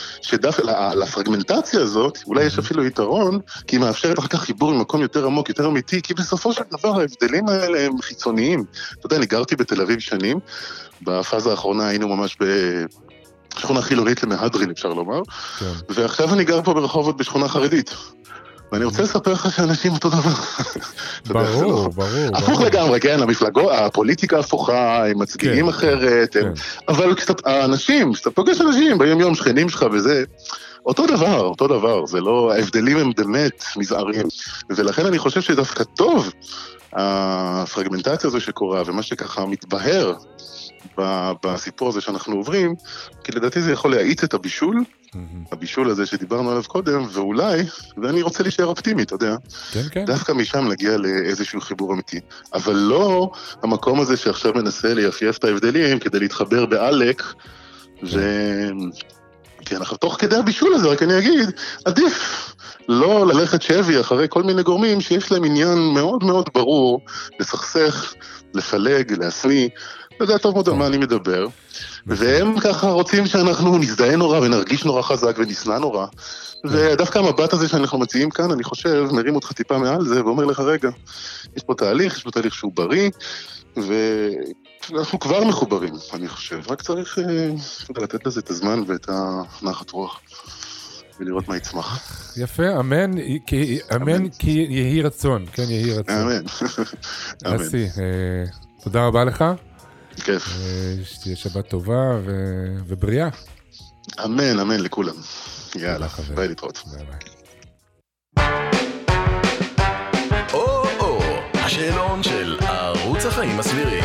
לפרגמנטציה הזאת, אולי יש אפילו יתרון, כי היא מאפשרת אחר כך חיבור ממקום יותר עמוק, יותר אמיתי, כי בסופו של דבר ההבדלים האלה הם חיצוניים. אתה יודע, אני גרתי בתל אביב שנים, בפאזה האחרונה היינו ממש בשכונה חילונית למהדרין, אפשר לומר, ועכשיו אני גר פה ברחובות בשכונה חרדית. ואני רוצה לספר לך שאנשים אותו דבר. ברור. הפוך לגמרי, כן, הפוליטיקה הפוכה, הם מצביעים אחרת, אבל האנשים, כשאתה פוגש אנשים ביום יום שכנים שלך וזה, אותו דבר, זה לא, ההבדלים הם באמת מזערים, ולכן אני חושב שדווקא טוב, הפרגמנטציה הזו שקורה, ומה שככה מתבהר בסיפור הזה שאנחנו עוברים, כי לדעתי זה יכול להאיץ את הבישול, הבישול הזה שדיברנו עליו קודם, ואולי, ואני רוצה להישאר אופטימי, אתה יודע, דווקא משם להגיע לאיזשהו חיבור אמיתי, אבל לא המקום הזה שעכשיו מנסה לייפייף את ההבדלים, כדי להתחבר בעלק, כי אנחנו תוך כדי הבישול הזה, רק אני אגיד, עדיף לא ללכת שבי אחרי כל מיני גורמים שיש להם עניין מאוד מאוד ברור, לסכסך, לפלג, להשניא, יודע טוב מאוד על מה אני מדבר, והם ככה רוצים שאנחנו נזדהה נורא ונרגיש נורא חזק ונשנא נורא, ודווקא המבט הזה שאנחנו מציעים כאן, אני חושב, מרים אותך טיפה מעל זה, ואומר לך, רגע, יש פה תהליך שהוא בריא, ואנחנו כבר מחוברים, אני חושב, רק צריך לתת לזה את הזמן ואת הנחת רוח, ולראות מה יצמח. יפה, אמן, כי יהי רצון, כן, יהי רצון. אמן. אסי, תודה רבה לך. כיף. שתהיה שבת טובה ובריאה. אמן, אמן לכולם. יאללה, ביי להתראות. ביי ביי. השאלון של ערוץ החיים הסבירים.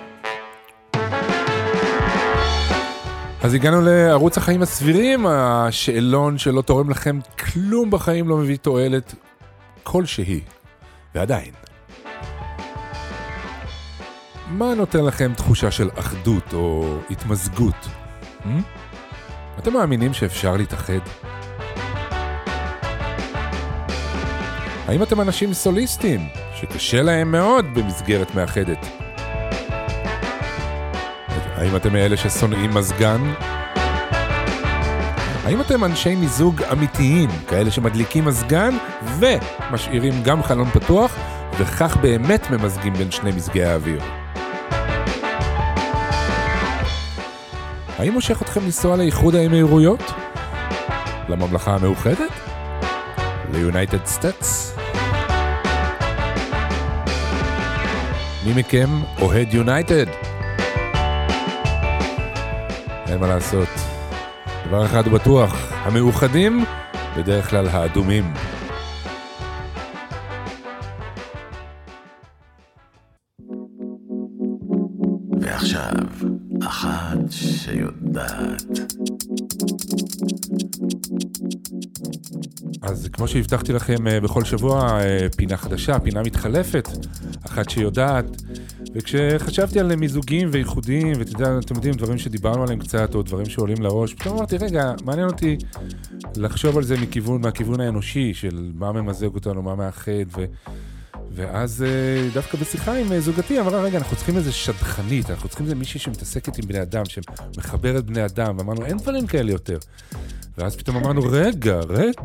אז הגענו לערוץ החיים הסבירים, השאלון שלא תורם לכם כלום בחיים, לא מביא תועלת כלשהי. ועדיין. מה נותן לכם תחושה של אחדות או התמזגות? אתם מאמינים שאפשר להתאחד? האם אתם אנשים סוליסטים שקשה להם מאוד במסגרת מאחדת? האם אתם מאלה ששונאים מזגן? האם אתם אנשי מיזוג אמיתיים, כאלה שמדליקים מזגן ומשאירים גם חלון פתוח, וכך באמת ממזגים בין שני מזגי האוויר? האם מושך אתכם לנסוע לאיחוד האמירויות? לממלכה המאוחדת? ליונייטד סטייטס? מי מכם אוהד יונייטד? אין מה לעשות. דבר אחד הוא בטוח, המאוחדים בדרך כלל האדומים. ועכשיו, אחת שיודעת. אז כמו שהבטחתי לכם בכל שבוע, פינה חדשה, פינה מתחלפת, אחת שיודעת, וכשחשבתי על מיזוגים וייחודים, ואתם יודעים, דברים שדיברנו עליהם קצת, או דברים שעולים לראש, פתאום אמרתי, רגע, מעניין אותי לחשוב על זה מהכיוון האנושי, של מה ממזג אותנו, מה מאחד, ואז דווקא בשיחה עם זוגתי אמרה, רגע, אנחנו צריכים איזה שדכנית, אנחנו צריכים איזה מישהי שמתעסקת עם בני אדם, שמחברת בני אדם, ואמרנו, אין דברים כאלה יותר. ואז פתאום אמרנו, רגע,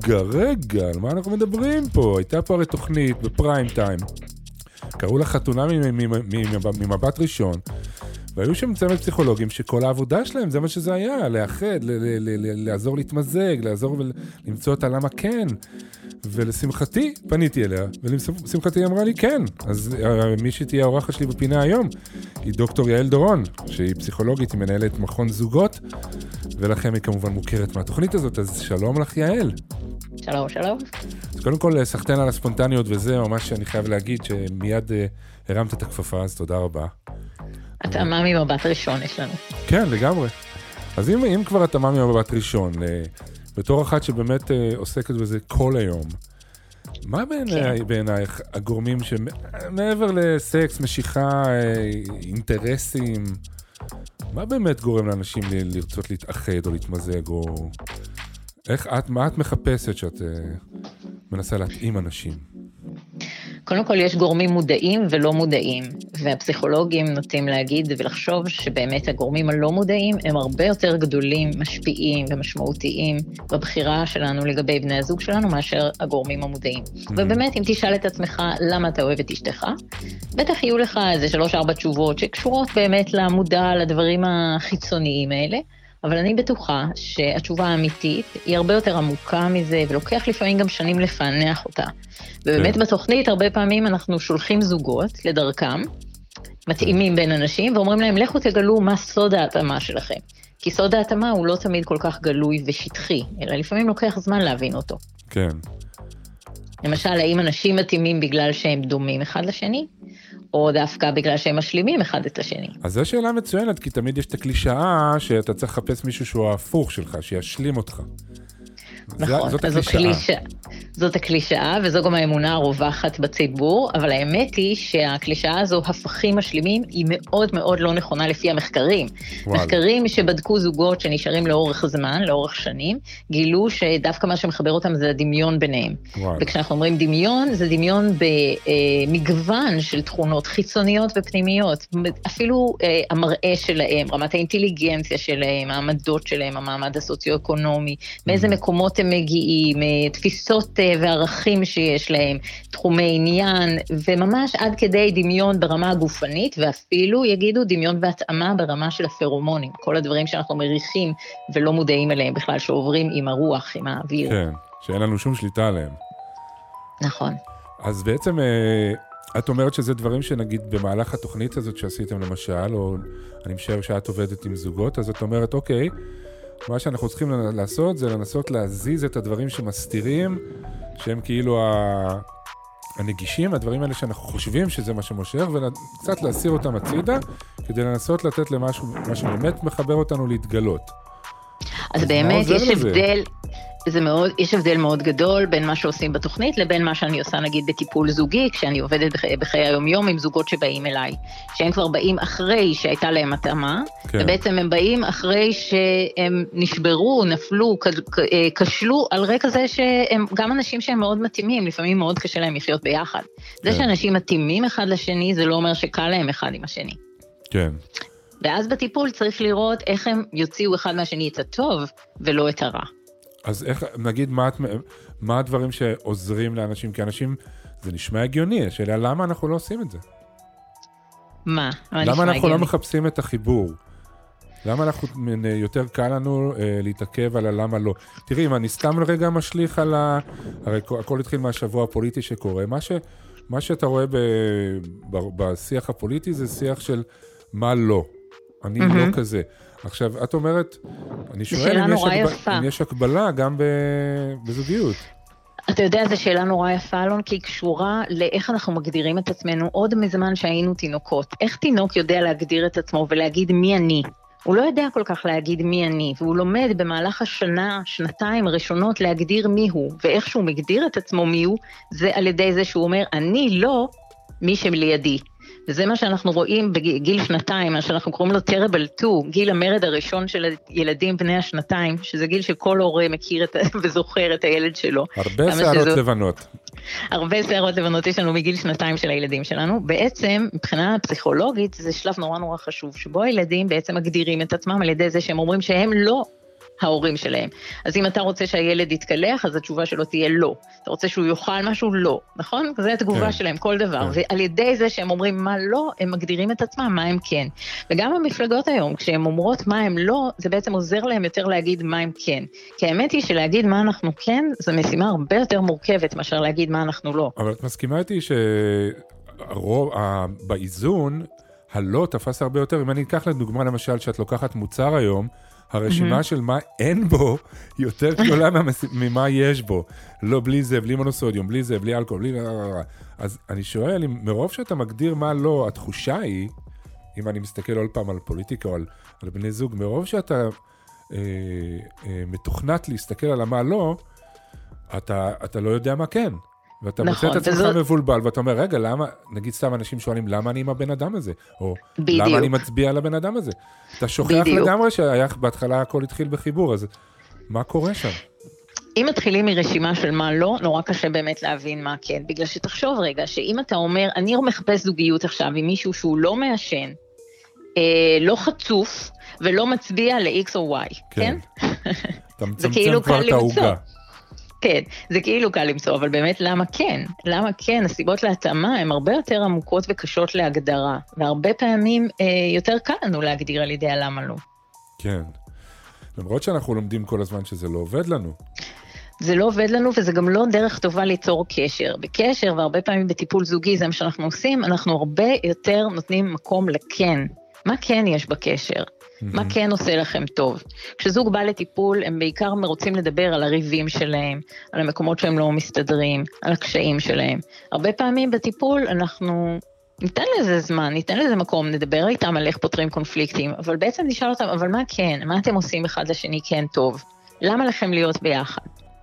על מה אנחנו מדברים פה? הייתה פה הרי תוכנית בפריים טיים, קראו לה חתונה ממבט ראשון, והיו שם צמד פסיכולוגים שכל העבודה שלהם, זה מה שזה היה, לאחד, לעזור להתמזג, לעזור ולמצוא את הלמה כן. ולשמחתי פניתי אליה, ולשמחתי אמרה לי כן. אז מי שתהיה האורחת שלי בפינה היום, היא דוקטור יעל דורון, שהיא פסיכולוגית, היא מנהלת מכון זוגות, ולכם היא כמובן מוכרת מהתוכנית הזאת, אז שלום לך יעל. שלום. אז קודם כל, סחטן על הספונטניות, וזה ממש שאני חייב להגיד שמיד הרמת את הכפפה, אז תודה רבה. התאמה ממבט ראשון יש לנו. כן, לגמרי. אז אם כבר התאמה ממבט ראשון, בתור אחת שבאמת עוסקת בזה כל היום, מה בעינייך הגורמים שמעבר לסקס, משיכה, אינטרסים, מה באמת גורם לאנשים לרצות להתאחד או להתמזג, או מה את מחפשת שאת מנסה להתאים אנשים? קודם כל יש גורמים מודעים ולא מודעים, והפסיכולוגים נוטים להגיד ולחשוב שבאמת הגורמים הלא מודעים הם הרבה יותר גדולים, משפיעים ומשמעותיים בבחירה שלנו לגבי בני הזוג שלנו מאשר הגורמים המודעים. ובאמת אם תשאל את עצמך למה אתה אוהב את אשתך, בטח יהיו לך איזה 3-4 תשובות שקשורות באמת למודע, לדברים החיצוניים האלה, אבל אני בטוחה שהתשובה האמיתית היא הרבה יותר עמוקה מזה, ולוקח לפעמים גם שנים לפענח אותה. ובאמת בתוכנית הרבה פעמים אנחנו שולחים זוגות לדרכם, מתאימים בין אנשים, ואומרים להם, לכו תגלו מה סוד ההתאמה שלכם. כי סוד ההתאמה הוא לא תמיד כל כך גלוי ושטחי, אלא לפעמים לוקח זמן להבין אותו. כן. למשל, האם אנשים מתאימים בגלל שהם דומים אחד לשני, או דווקא בגלל שהם משלימים אחד את השני. אז זו שאלה מצוינת, כי תמיד יש את הקלישאה שאתה צריך לחפש מישהו שהוא ההפוך שלך, שישלים אותך. נכון, זאת הקלישאה, וזו גם האמונה הרווחת בציבור, אבל האמת היא שהקלישאה הזו, הפכים משלימים, היא מאוד מאוד לא נכונה לפי המחקרים. מחקרים שבדקו זוגות שנשארים לאורך זמן, לאורך שנים, גילו שדווקא מה שמחבר אותם זה הדמיון ביניהם. וכשאנחנו אומרים דמיון, זה דמיון במגוון של תכונות חיצוניות ופנימיות, אפילו המראה שלהם, רמת האינטליגנציה שלהם, העמדות שלהם, המעמד הסוציו-אקונומי, מאיזה מקומות הם מגיעים, תפיסות וערכים שיש להם, תחומי עניין, וממש עד כדי דמיון ברמה הגופנית, ואפילו יגידו דמיון והתאמה ברמה של הפרומונים, כל הדברים שאנחנו מריחים ולא מודעים אליהם בכלל, שעוברים עם הרוח, עם האוויר. כן, שאין לנו שום שליטה עליהם. נכון. אז בעצם את אומרת שזה דברים שנגיד במהלך התוכנית הזאת שעשיתם למשל, או אני משער שאת עובדת עם זוגות, אז את אומרת, אוקיי, מה שאנחנו צריכים לעשות זה לנסות להזיז את הדברים שמסתירים, שהם כאילו הנגישים, הדברים האלה שאנחנו חושבים שזה מה שמושך, וקצת להסיר אותם הצידה, כדי לנסות לתת למשהו, מה שבאמת מחבר אותנו להתגלות. אז באמת יש הבדל, יש הבדל מאוד גדול בין מה שעושים בתוכנית לבין מה שאני עושה נגיד בטיפול זוגי, כשאני עובדת בחיי היום-יום עם זוגות שבאים אליי, שהם כבר באים אחרי שהייתה להם התאמה, כן. ובעצם הם באים אחרי שהם נשברו, נפלו, כשלו, על רקע זה שהם גם אנשים שהם מאוד מתאימים, לפעמים מאוד קשה להם לחיות ביחד. כן. זה שאנשים מתאימים אחד לשני, זה לא אומר שקל להם אחד עם השני. כן. ואז בטיפול צריך לראות איך הם יוציאו אחד מהשני את הטוב, ולא את הרע. אז איך, נגיד, מה הדברים שעוזרים לאנשים? כי אנשים, זה נשמע הגיוני, השאלה, למה אנחנו לא עושים את זה? מה? למה אנחנו לא מחפשים את החיבור? למה אנחנו, יותר קל לנו להתעכב על הלמה לא? תראי, אם אני סתם רגע משליך על הרי הכל התחיל מהשבוע הפוליטי שקורה, מה שאתה רואה בשיח הפוליטי זה שיח של מה לא. אני לא כזה. עכשיו, את אומרת, אני שואל אם יש הקבלה גם בזוגיות. אתה יודע, זו שאלה נורא יפה, אלון, כי היא קשורה לאיך אנחנו מגדירים את עצמנו עוד מזמן שהיינו תינוקות. איך תינוק יודע להגדיר את עצמו ולהגיד מי אני? הוא לא יודע כל כך להגיד מי אני, והוא לומד במהלך השנה, שנתיים הראשונות להגדיר מי הוא, ואיך שהוא מגדיר את עצמו מי הוא, זה על ידי זה שהוא אומר, אני לא מי שלידי. וזה מה שאנחנו רואים בגיל שנתיים, מה שאנחנו קוראים לו terrible 2, גיל המרד הראשון של ילדים בני השנתיים, שזה גיל שכל הורה מכיר וזוכר את הילד שלו. הרבה שערות לבנות. הרבה שערות לבנות יש לנו מגיל שנתיים של הילדים שלנו. בעצם, מבחינה פסיכולוגית, זה שלב נורא נורא חשוב, שבו הילדים בעצם מגדירים את עצמם על ידי זה שהם אומרים שהם לא ההורים שלהם. אז אם אתה רוצה שהילד יתקלח, אז התשובה שלו תהיה לא. אתה רוצה שהוא יאכל משהו? לא. נכון? זו התגובה שלהם, כל דבר. ועל ידי זה שהם אומרים מה לא, הם מגדירים את עצמם מה הם כן. וגם המפלגות היום, כשהן אומרות מה הם לא, זה בעצם עוזר להם יותר להגיד מה הם כן. כי האמת היא שלהגיד מה אנחנו כן, זו משימה הרבה יותר מורכבת מאשר להגיד מה אנחנו לא. אבל את מסכימה איתי שבאיזון, הלא תפס הרבה יותר. אם אני אקח לדוגמה למשל, שאת לוקחת מוצר היום, הרשימה של מה אין בו יותר גדולה ממה יש בו. לא, בלי זה, בלי מונוסודיום, בלי זה, בלי אלכוהול, בלי... אז אני שואל, מרוב שאתה מגדיר מה לא, התחושה היא, אם אני מסתכל עוד פעם על פוליטיקה או על בני זוג, מרוב שאתה מתוכנת להסתכל על מה לא, אתה לא יודע מה כן. ואתה מוצא את עצמך מבולבל, ואתה אומר, רגע, למה, נגיד סתם אנשים שואלים, למה אני עם הבן אדם הזה? או למה אני מצביע על הבן אדם הזה? אתה שוכח לגמרי שבהתחלה הכל התחיל בחיבור, אז מה קורה שם? אם מתחילים מרשימה של מה לא, נורא קשה באמת להבין מה כן, בגלל שתחשוב רגע, שאם אתה אומר, אני מחפש זוגיות עכשיו עם מישהו שהוא לא מעשן, לא חצוף, ולא מצביע ל-X או Y, כן? אתה מצמצם כבר את ההוגה. כן, זה כאילו קל למצוא, אבל באמת למה כן? למה כן? הסיבות להתאמה הן הרבה יותר עמוקות וקשות להגדרה, והרבה פעמים יותר קל לנו להגדיר על ידי הלמה לא. כן, למרות שאנחנו לומדים כל הזמן שזה לא עובד לנו. זה לא עובד לנו, וזה גם לא דרך טובה ליצור קשר. בקשר, והרבה פעמים בטיפול זוגי, זה מה שאנחנו עושים, אנחנו הרבה יותר נותנים מקום לכן. מה כן יש בקשר? מה כן עושה לכם טוב? כשזוג בא לטיפול, הם בעיקר רוצים לדבר על הריבים שלהם, על המקומות שהם לא מסתדרים, על הקשיים שלהם. הרבה פעמים בטיפול אנחנו ניתן לזה זמן, ניתן לזה מקום, נדבר איתם על איך פותרים קונפליקטים, אבל בעצם נשאל אותם, אבל מה כן? מה אתם עושים אחד לשני כן טוב? למה לכם להיות ביחד?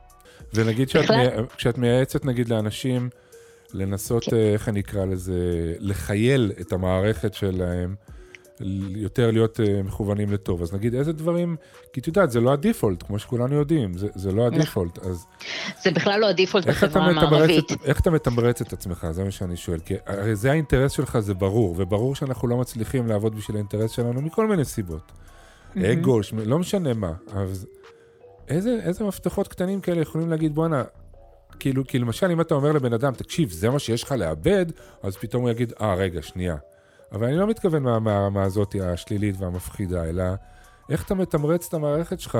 ונגיד כשאת מייעצת נגיד לאנשים לנסות, איך אני אקרא לזה, לחייל את המערכת שלהם, יותר להיות מכוונים לטוב. אז נגיד איזה דברים, כי את יודעת, זה לא הדיפולט, כמו שכולנו יודעים, זה לא הדיפולט. אז זה בכלל לא הדיפולט בחברה המערבית. איך אתה מתמרץ את עצמך? זה מה שאני שואל. כי הרי זה האינטרס שלך, זה ברור, וברור שאנחנו לא מצליחים לעבוד בשביל האינטרס שלנו מכל מיני סיבות. אגו, לא משנה מה. אז איזה מפתחות קטנים כאלה יכולים להגיד, בואנה, כאילו, כי למשל, אם אתה אומר לבן אדם, תקשיב, זה מה שיש לך לאבד, אז פתאום הוא יגיד, רגע, שנייה. אבל אני לא מתכוון מהרמה הזאת השלילית והמפחידה, אלא איך אתה מתמרץ את המערכת שלך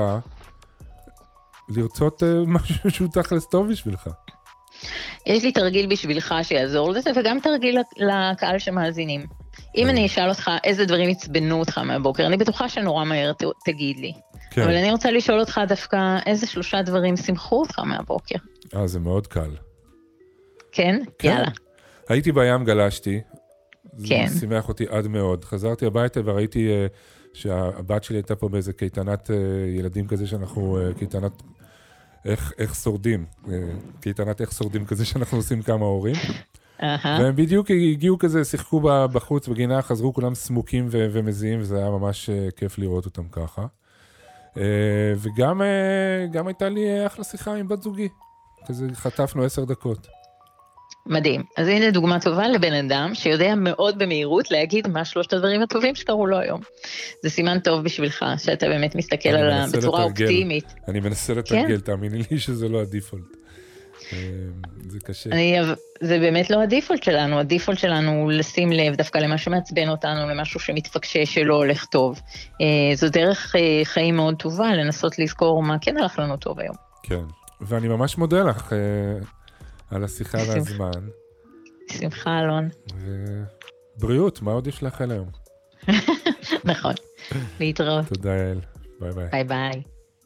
לרצות משהו שהוא תכלס טוב בשבילך. יש לי תרגיל בשבילך שיעזור לזה, וגם תרגיל לקהל שמאזינים. אם אני אשאל אותך איזה דברים יצבנו אותך מהבוקר, אני בטוחה שנורא מהר תגיד לי. כן. אבל אני רוצה לשאול אותך דווקא איזה 3 דברים שמחו אותך מהבוקר. זה מאוד קל. כן? יאללה. הייתי בים, גלשתי. כן. זה שימח אותי עד מאוד. חזרתי הביתה וראיתי שהבת שלי הייתה פה באיזה קייטנת ילדים כזה שאנחנו, קייטנת איך שורדים. קייטנת איך שורדים כזה שאנחנו עושים כמה הורים. והם בדיוק הגיעו כזה, שיחקו בחוץ בגינה, חזרו כולם סמוקים ומזיעים, וזה היה ממש כיף לראות אותם ככה. וגם הייתה לי אחלה שיחה עם בת זוגי. כזה חטפנו 10 דקות. מדהים. אז הנה דוגמה טובה לבן אדם שיודע מאוד במהירות להגיד מה 3 הדברים הטובים שקרו לו היום. זה סימן טוב בשבילך, שאתה באמת מסתכל עליו בצורה אופטימית. אני מנסה לתרגל, תאמיני לי שזה לא הדיפולט. זה קשה. זה באמת לא הדיפולט שלנו. הדיפולט שלנו הוא לשים לב דווקא למה שמעצבן אותנו, למשהו שמתפקשש שלא הולך טוב. זו דרך חיים מאוד טובה, לנסות לזכור מה כן הלך לנו טוב היום. כן, ואני ממש מודה לך על השיחה והזמן. שמחה, אלון. ובריאות, מה עוד יש לך על היום? נכון, להתראות. תודה, יעל. ביי ביי. ביי ביי.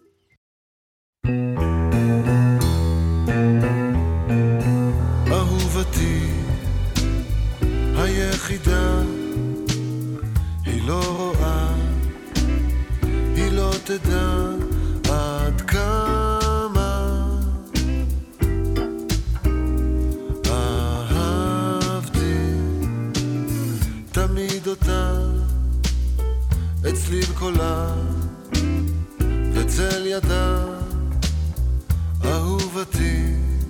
אהובתי היחידה, היא לא רואה, היא לא תדע עד כמה אהבתי תמיד אותה, אצלי בקולה וצל ידה. אהובתי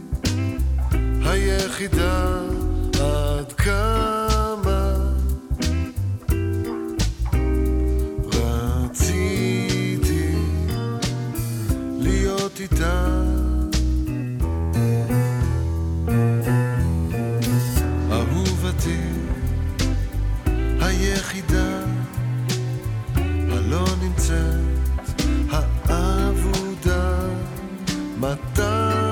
היחידה, עד כמה רציתי להיות איתה. אהובתי היחידה, הלא נמצאת האבודה, מתי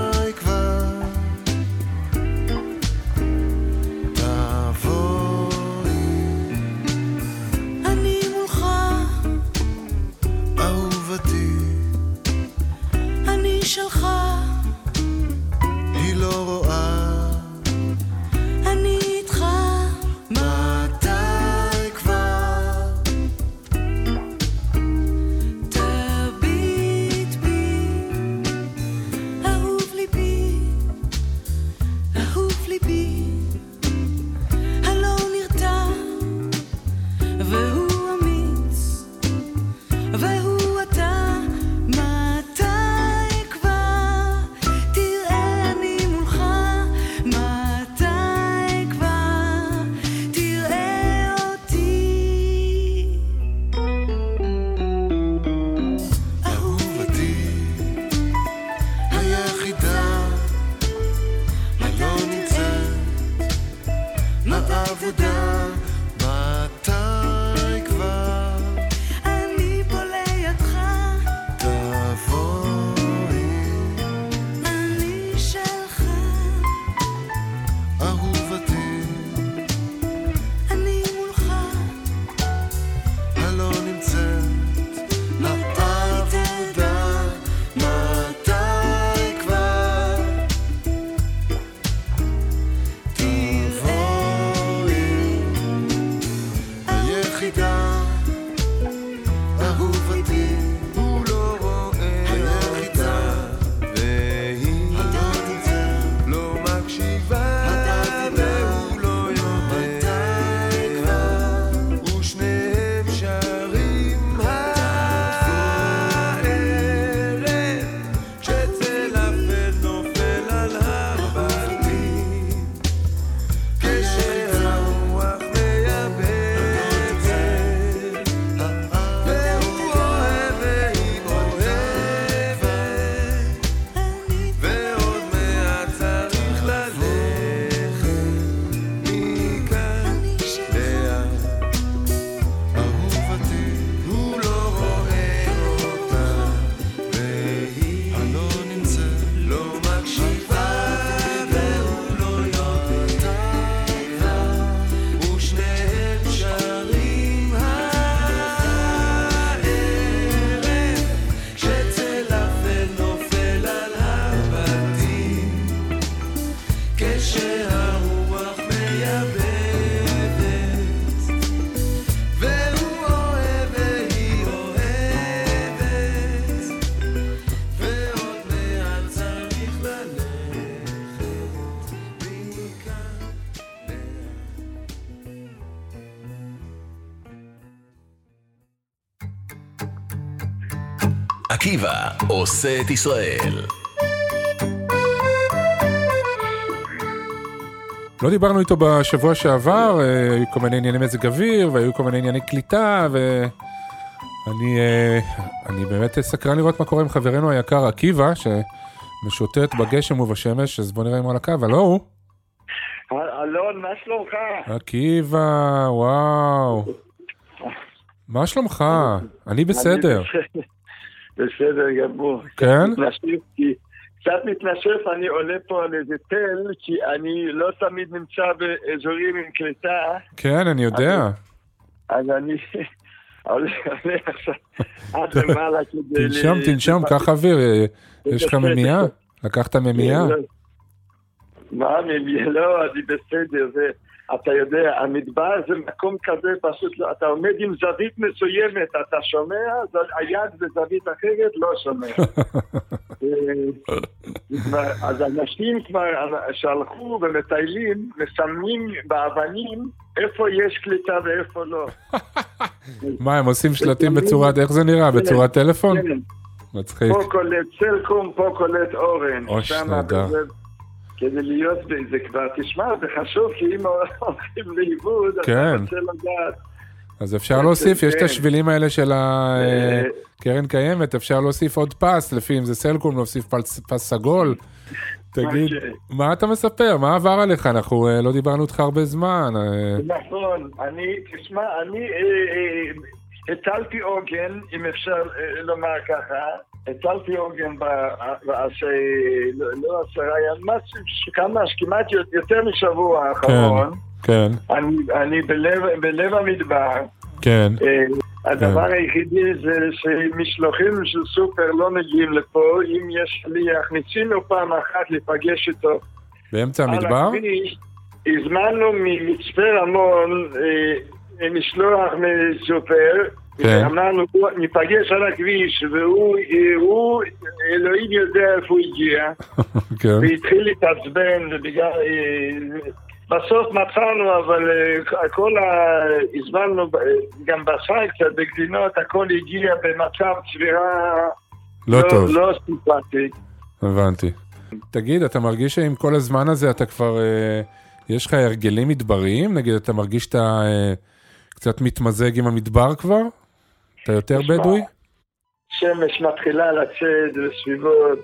שלך, היא לא רואה, אני איתך, מתי כבר תביט בי, אהוב ליבי, אהוב ליבי, הלא נרתע, והוא אמיץ, והוא אתה, מתי כבר עקיבא עושה את ישראל. לא דיברנו איתו בשבוע שעבר, היו כל מיני ענייני מזג אוויר, והיו כל מיני ענייני קליטה, ואני באמת סקרן לראות מה קורה עם חברנו היקר עקיבא, שמשוטט בגשם ובשמש, אז בוא נראה אם הוא על הקו, הלו? אלון, מה שלומך? עקיבא, וואו. מה שלומך? אני בסדר. בסדר גמור. כן? קצת מתנשף, אני עולה פה על איזה תל, כי אני לא תמיד נמצא באזורים עם קליטה. כן, אני יודע. אז אני עולה עכשיו עד למעלה כדי... תנשום, קח אוויר. יש לך ממייה? לקחת ממייה? מה ממייה? לא, אני בסדר. אתה יודע, המדבר זה מקום כזה פשוט, אתה עומד עם זווית מסוימת, אתה שומע, היד בזווית אחרת לא שומע. אז אנשים כבר שהלכו ומטיילים, מסמנים באבנים איפה יש קליטה ואיפה לא. מה, הם עושים שלטים בצורת, איך זה נראה? בצורת טלפון? מצחיק. פה קולט סלקום, פה קולט אורן. אוש, נהדר. כדי להיות בזה כבר, תשמע, זה חשוב, כי אם הולכים לאיבוד, אתה רוצה לדעת. אז אפשר להוסיף, יש את השבילים האלה של הקרן קיימת, אפשר להוסיף עוד פס, לפי אם זה סלקום, להוסיף פס סגול. תגיד, מה אתה מספר? מה עבר עליך? אנחנו לא דיברנו איתך הרבה זמן. נכון, תשמע, אני הטלתי עוגן, אם אפשר לומר ככה, הטלתי עוגן לא 10 ימים, כמעט יותר משבוע האחרון. כן. אני בלב המדבר. כן. הדבר היחידי זה שמשלוחים של סופר לא מגיעים לפה, אם יש שליח, ניסינו פעם אחת לפגש איתו. באמצע המדבר? הזמנו ממצפה רמון משלוח מסופר, אמרנו, ניפגש על הכביש, והוא, אלוהים יודע איפה הוא הגיע, והתחיל להתעצבן, בסוף מצאנו, אבל הזמנו גם בשר קצת, בגדינות, הכל הגיע במצב צבירה לא טוב. לא סימפטי. הבנתי. תגיד, אתה מרגיש שעם כל הזמן הזה אתה כבר, יש לך הרגלים מדבריים? נגיד, אתה מרגיש שאתה קצת מתמזג עם המדבר כבר? אתה יותר בדואי? שמש מתחילה לצאת בסביבות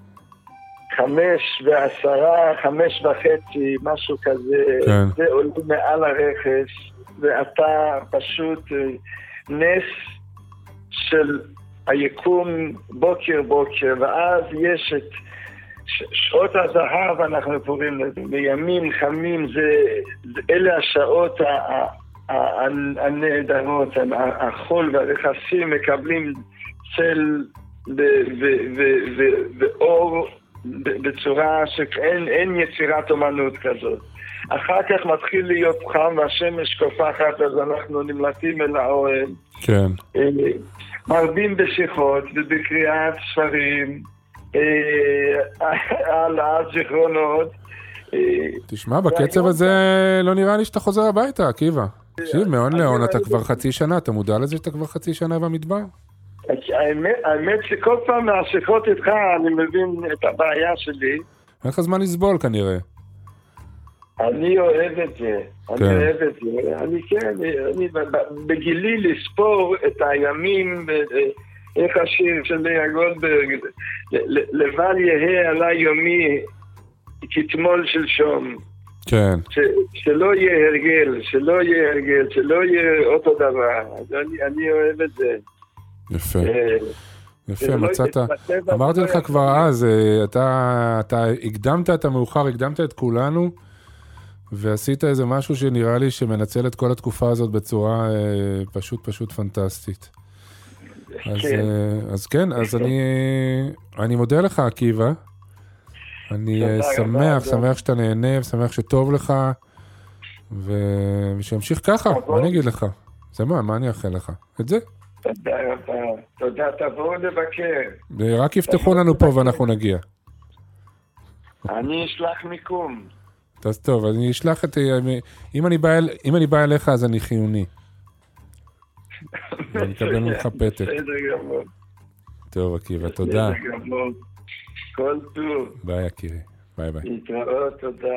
5:10, 5:30, משהו כזה. כן. זה עולה מעל הרכס, ואתה פשוט נס של היקום בוקר, ואז יש את שעות הזהב, אנחנו קוראים לזה, בימים חמים, אלה השעות הנהדרות, החול והרכסים מקבלים צל ואור בצורה שאין יצירת אומנות כזאת. אחר כך מתחיל להיות חם והשמש קופחת, אז אנחנו נמלטים אל האוהל. כן. מרבים בשיחות ובקריאת ספרים, העלאת זיכרונות. תשמע, בקצב הזה לא נראה לי שאתה חוזר הביתה, עקיבא. תקשיב, מהון להון, אתה כבר חצי שנה, אתה מודע לזה שאתה כבר חצי שנה במדבר? האמת שכל פעם מהשיחות איתך אני מבין את הבעיה שלי. אין לך זמן לסבול כנראה. אני אוהב את זה, אני בגילי לספור את הימים, איך השיר של לאה גולדברג, לבל יהא עלי יומי כתמול שלשום. כן. שלא יהיה הרגל, שלא יהיה אותו דבר. אני אוהב את זה. יפה. יפה, מצאת. אמרתי לך כבר אז, אתה הקדמת את המאוחר, הקדמת את כולנו, ועשית איזה משהו שנראה לי שמנצל את כל התקופה הזאת בצורה פשוט פנטסטית. אז כן, אז אני מודה לך, עקיבא. אני שמח שאתה נהנה, ושמח שטוב לך, ושימשיך ככה, מה אני אגיד לך? זה מה אני אאחל לך? את זה? תודה רבה, תודה, תבואו לבקר. רק יפתחו לנו פה ואנחנו נגיע. אני אשלח מיקום. אז טוב, אני אשלח את... אם אני בא אליך, אז אני חיוני. אני אקבל ממך פתק. טוב, עקיבא, תודה. כל טוב. ביי, יקירי. ביי ביי. להתראות, תודה.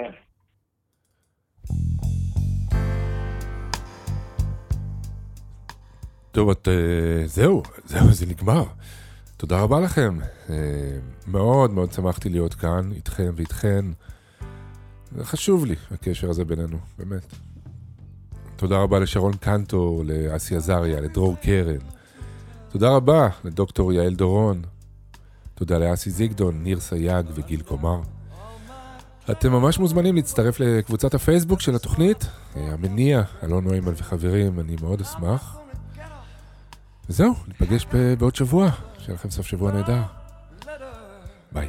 טוב, זהו, זה נגמר. תודה רבה לכם. מאוד מאוד שמחתי להיות כאן, איתכם ואיתכן. חשוב לי, הקשר הזה בינינו, באמת. תודה רבה לשרון קנטור, לאסי עזריה, לדרור קרן. תודה רבה לדוקטור יעל דורון. תודה לאסי זיגדון, ניר סייג וגיל קומר. אתם ממש מוזמנים להצטרף לקבוצת הפייסבוק של התוכנית. המניע, אלון נוימן וחברים, אני מאוד אשמח. וזהו, ניפגש בעוד שבוע. שיהיה לכם סוף שבוע נהדר. ביי.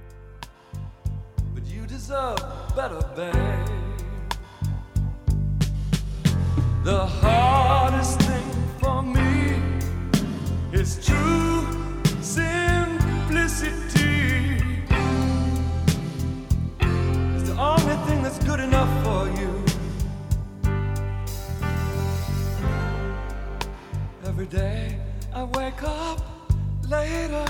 But you deserve better, babe. The hardest thing for me is true simplicity. It's the only thing that's good enough for you. Every day I wake up later.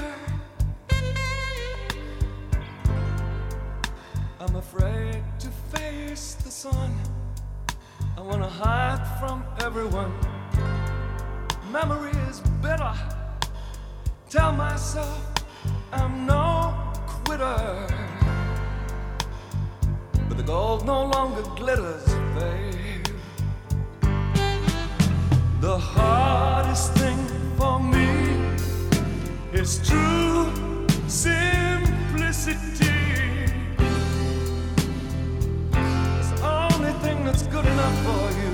I'm afraid to face the sun. I wanna hide from everyone. Memory is bitter. Tell myself I'm no quitter. But the gold no longer glitters, babe. The hardest thing for me is true simplicity. It's the only thing that's good enough for you.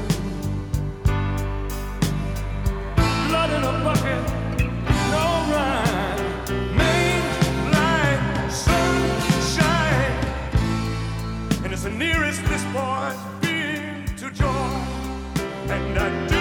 Blood in a bucket, no rhyme. Mange like sunshine. And it's the nearest this boy's been to joy. And I do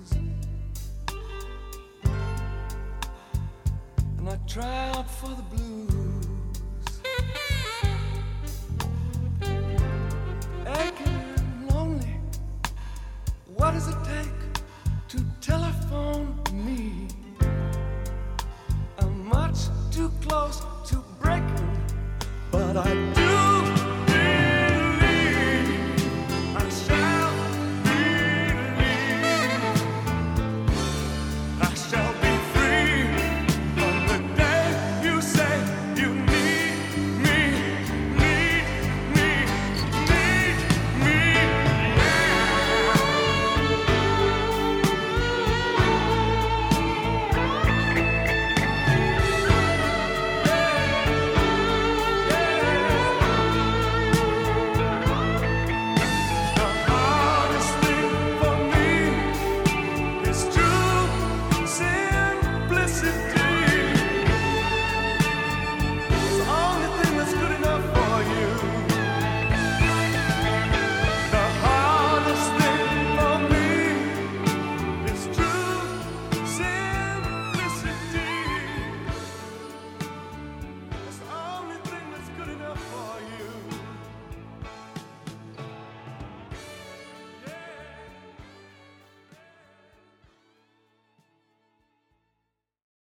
try out for the blues.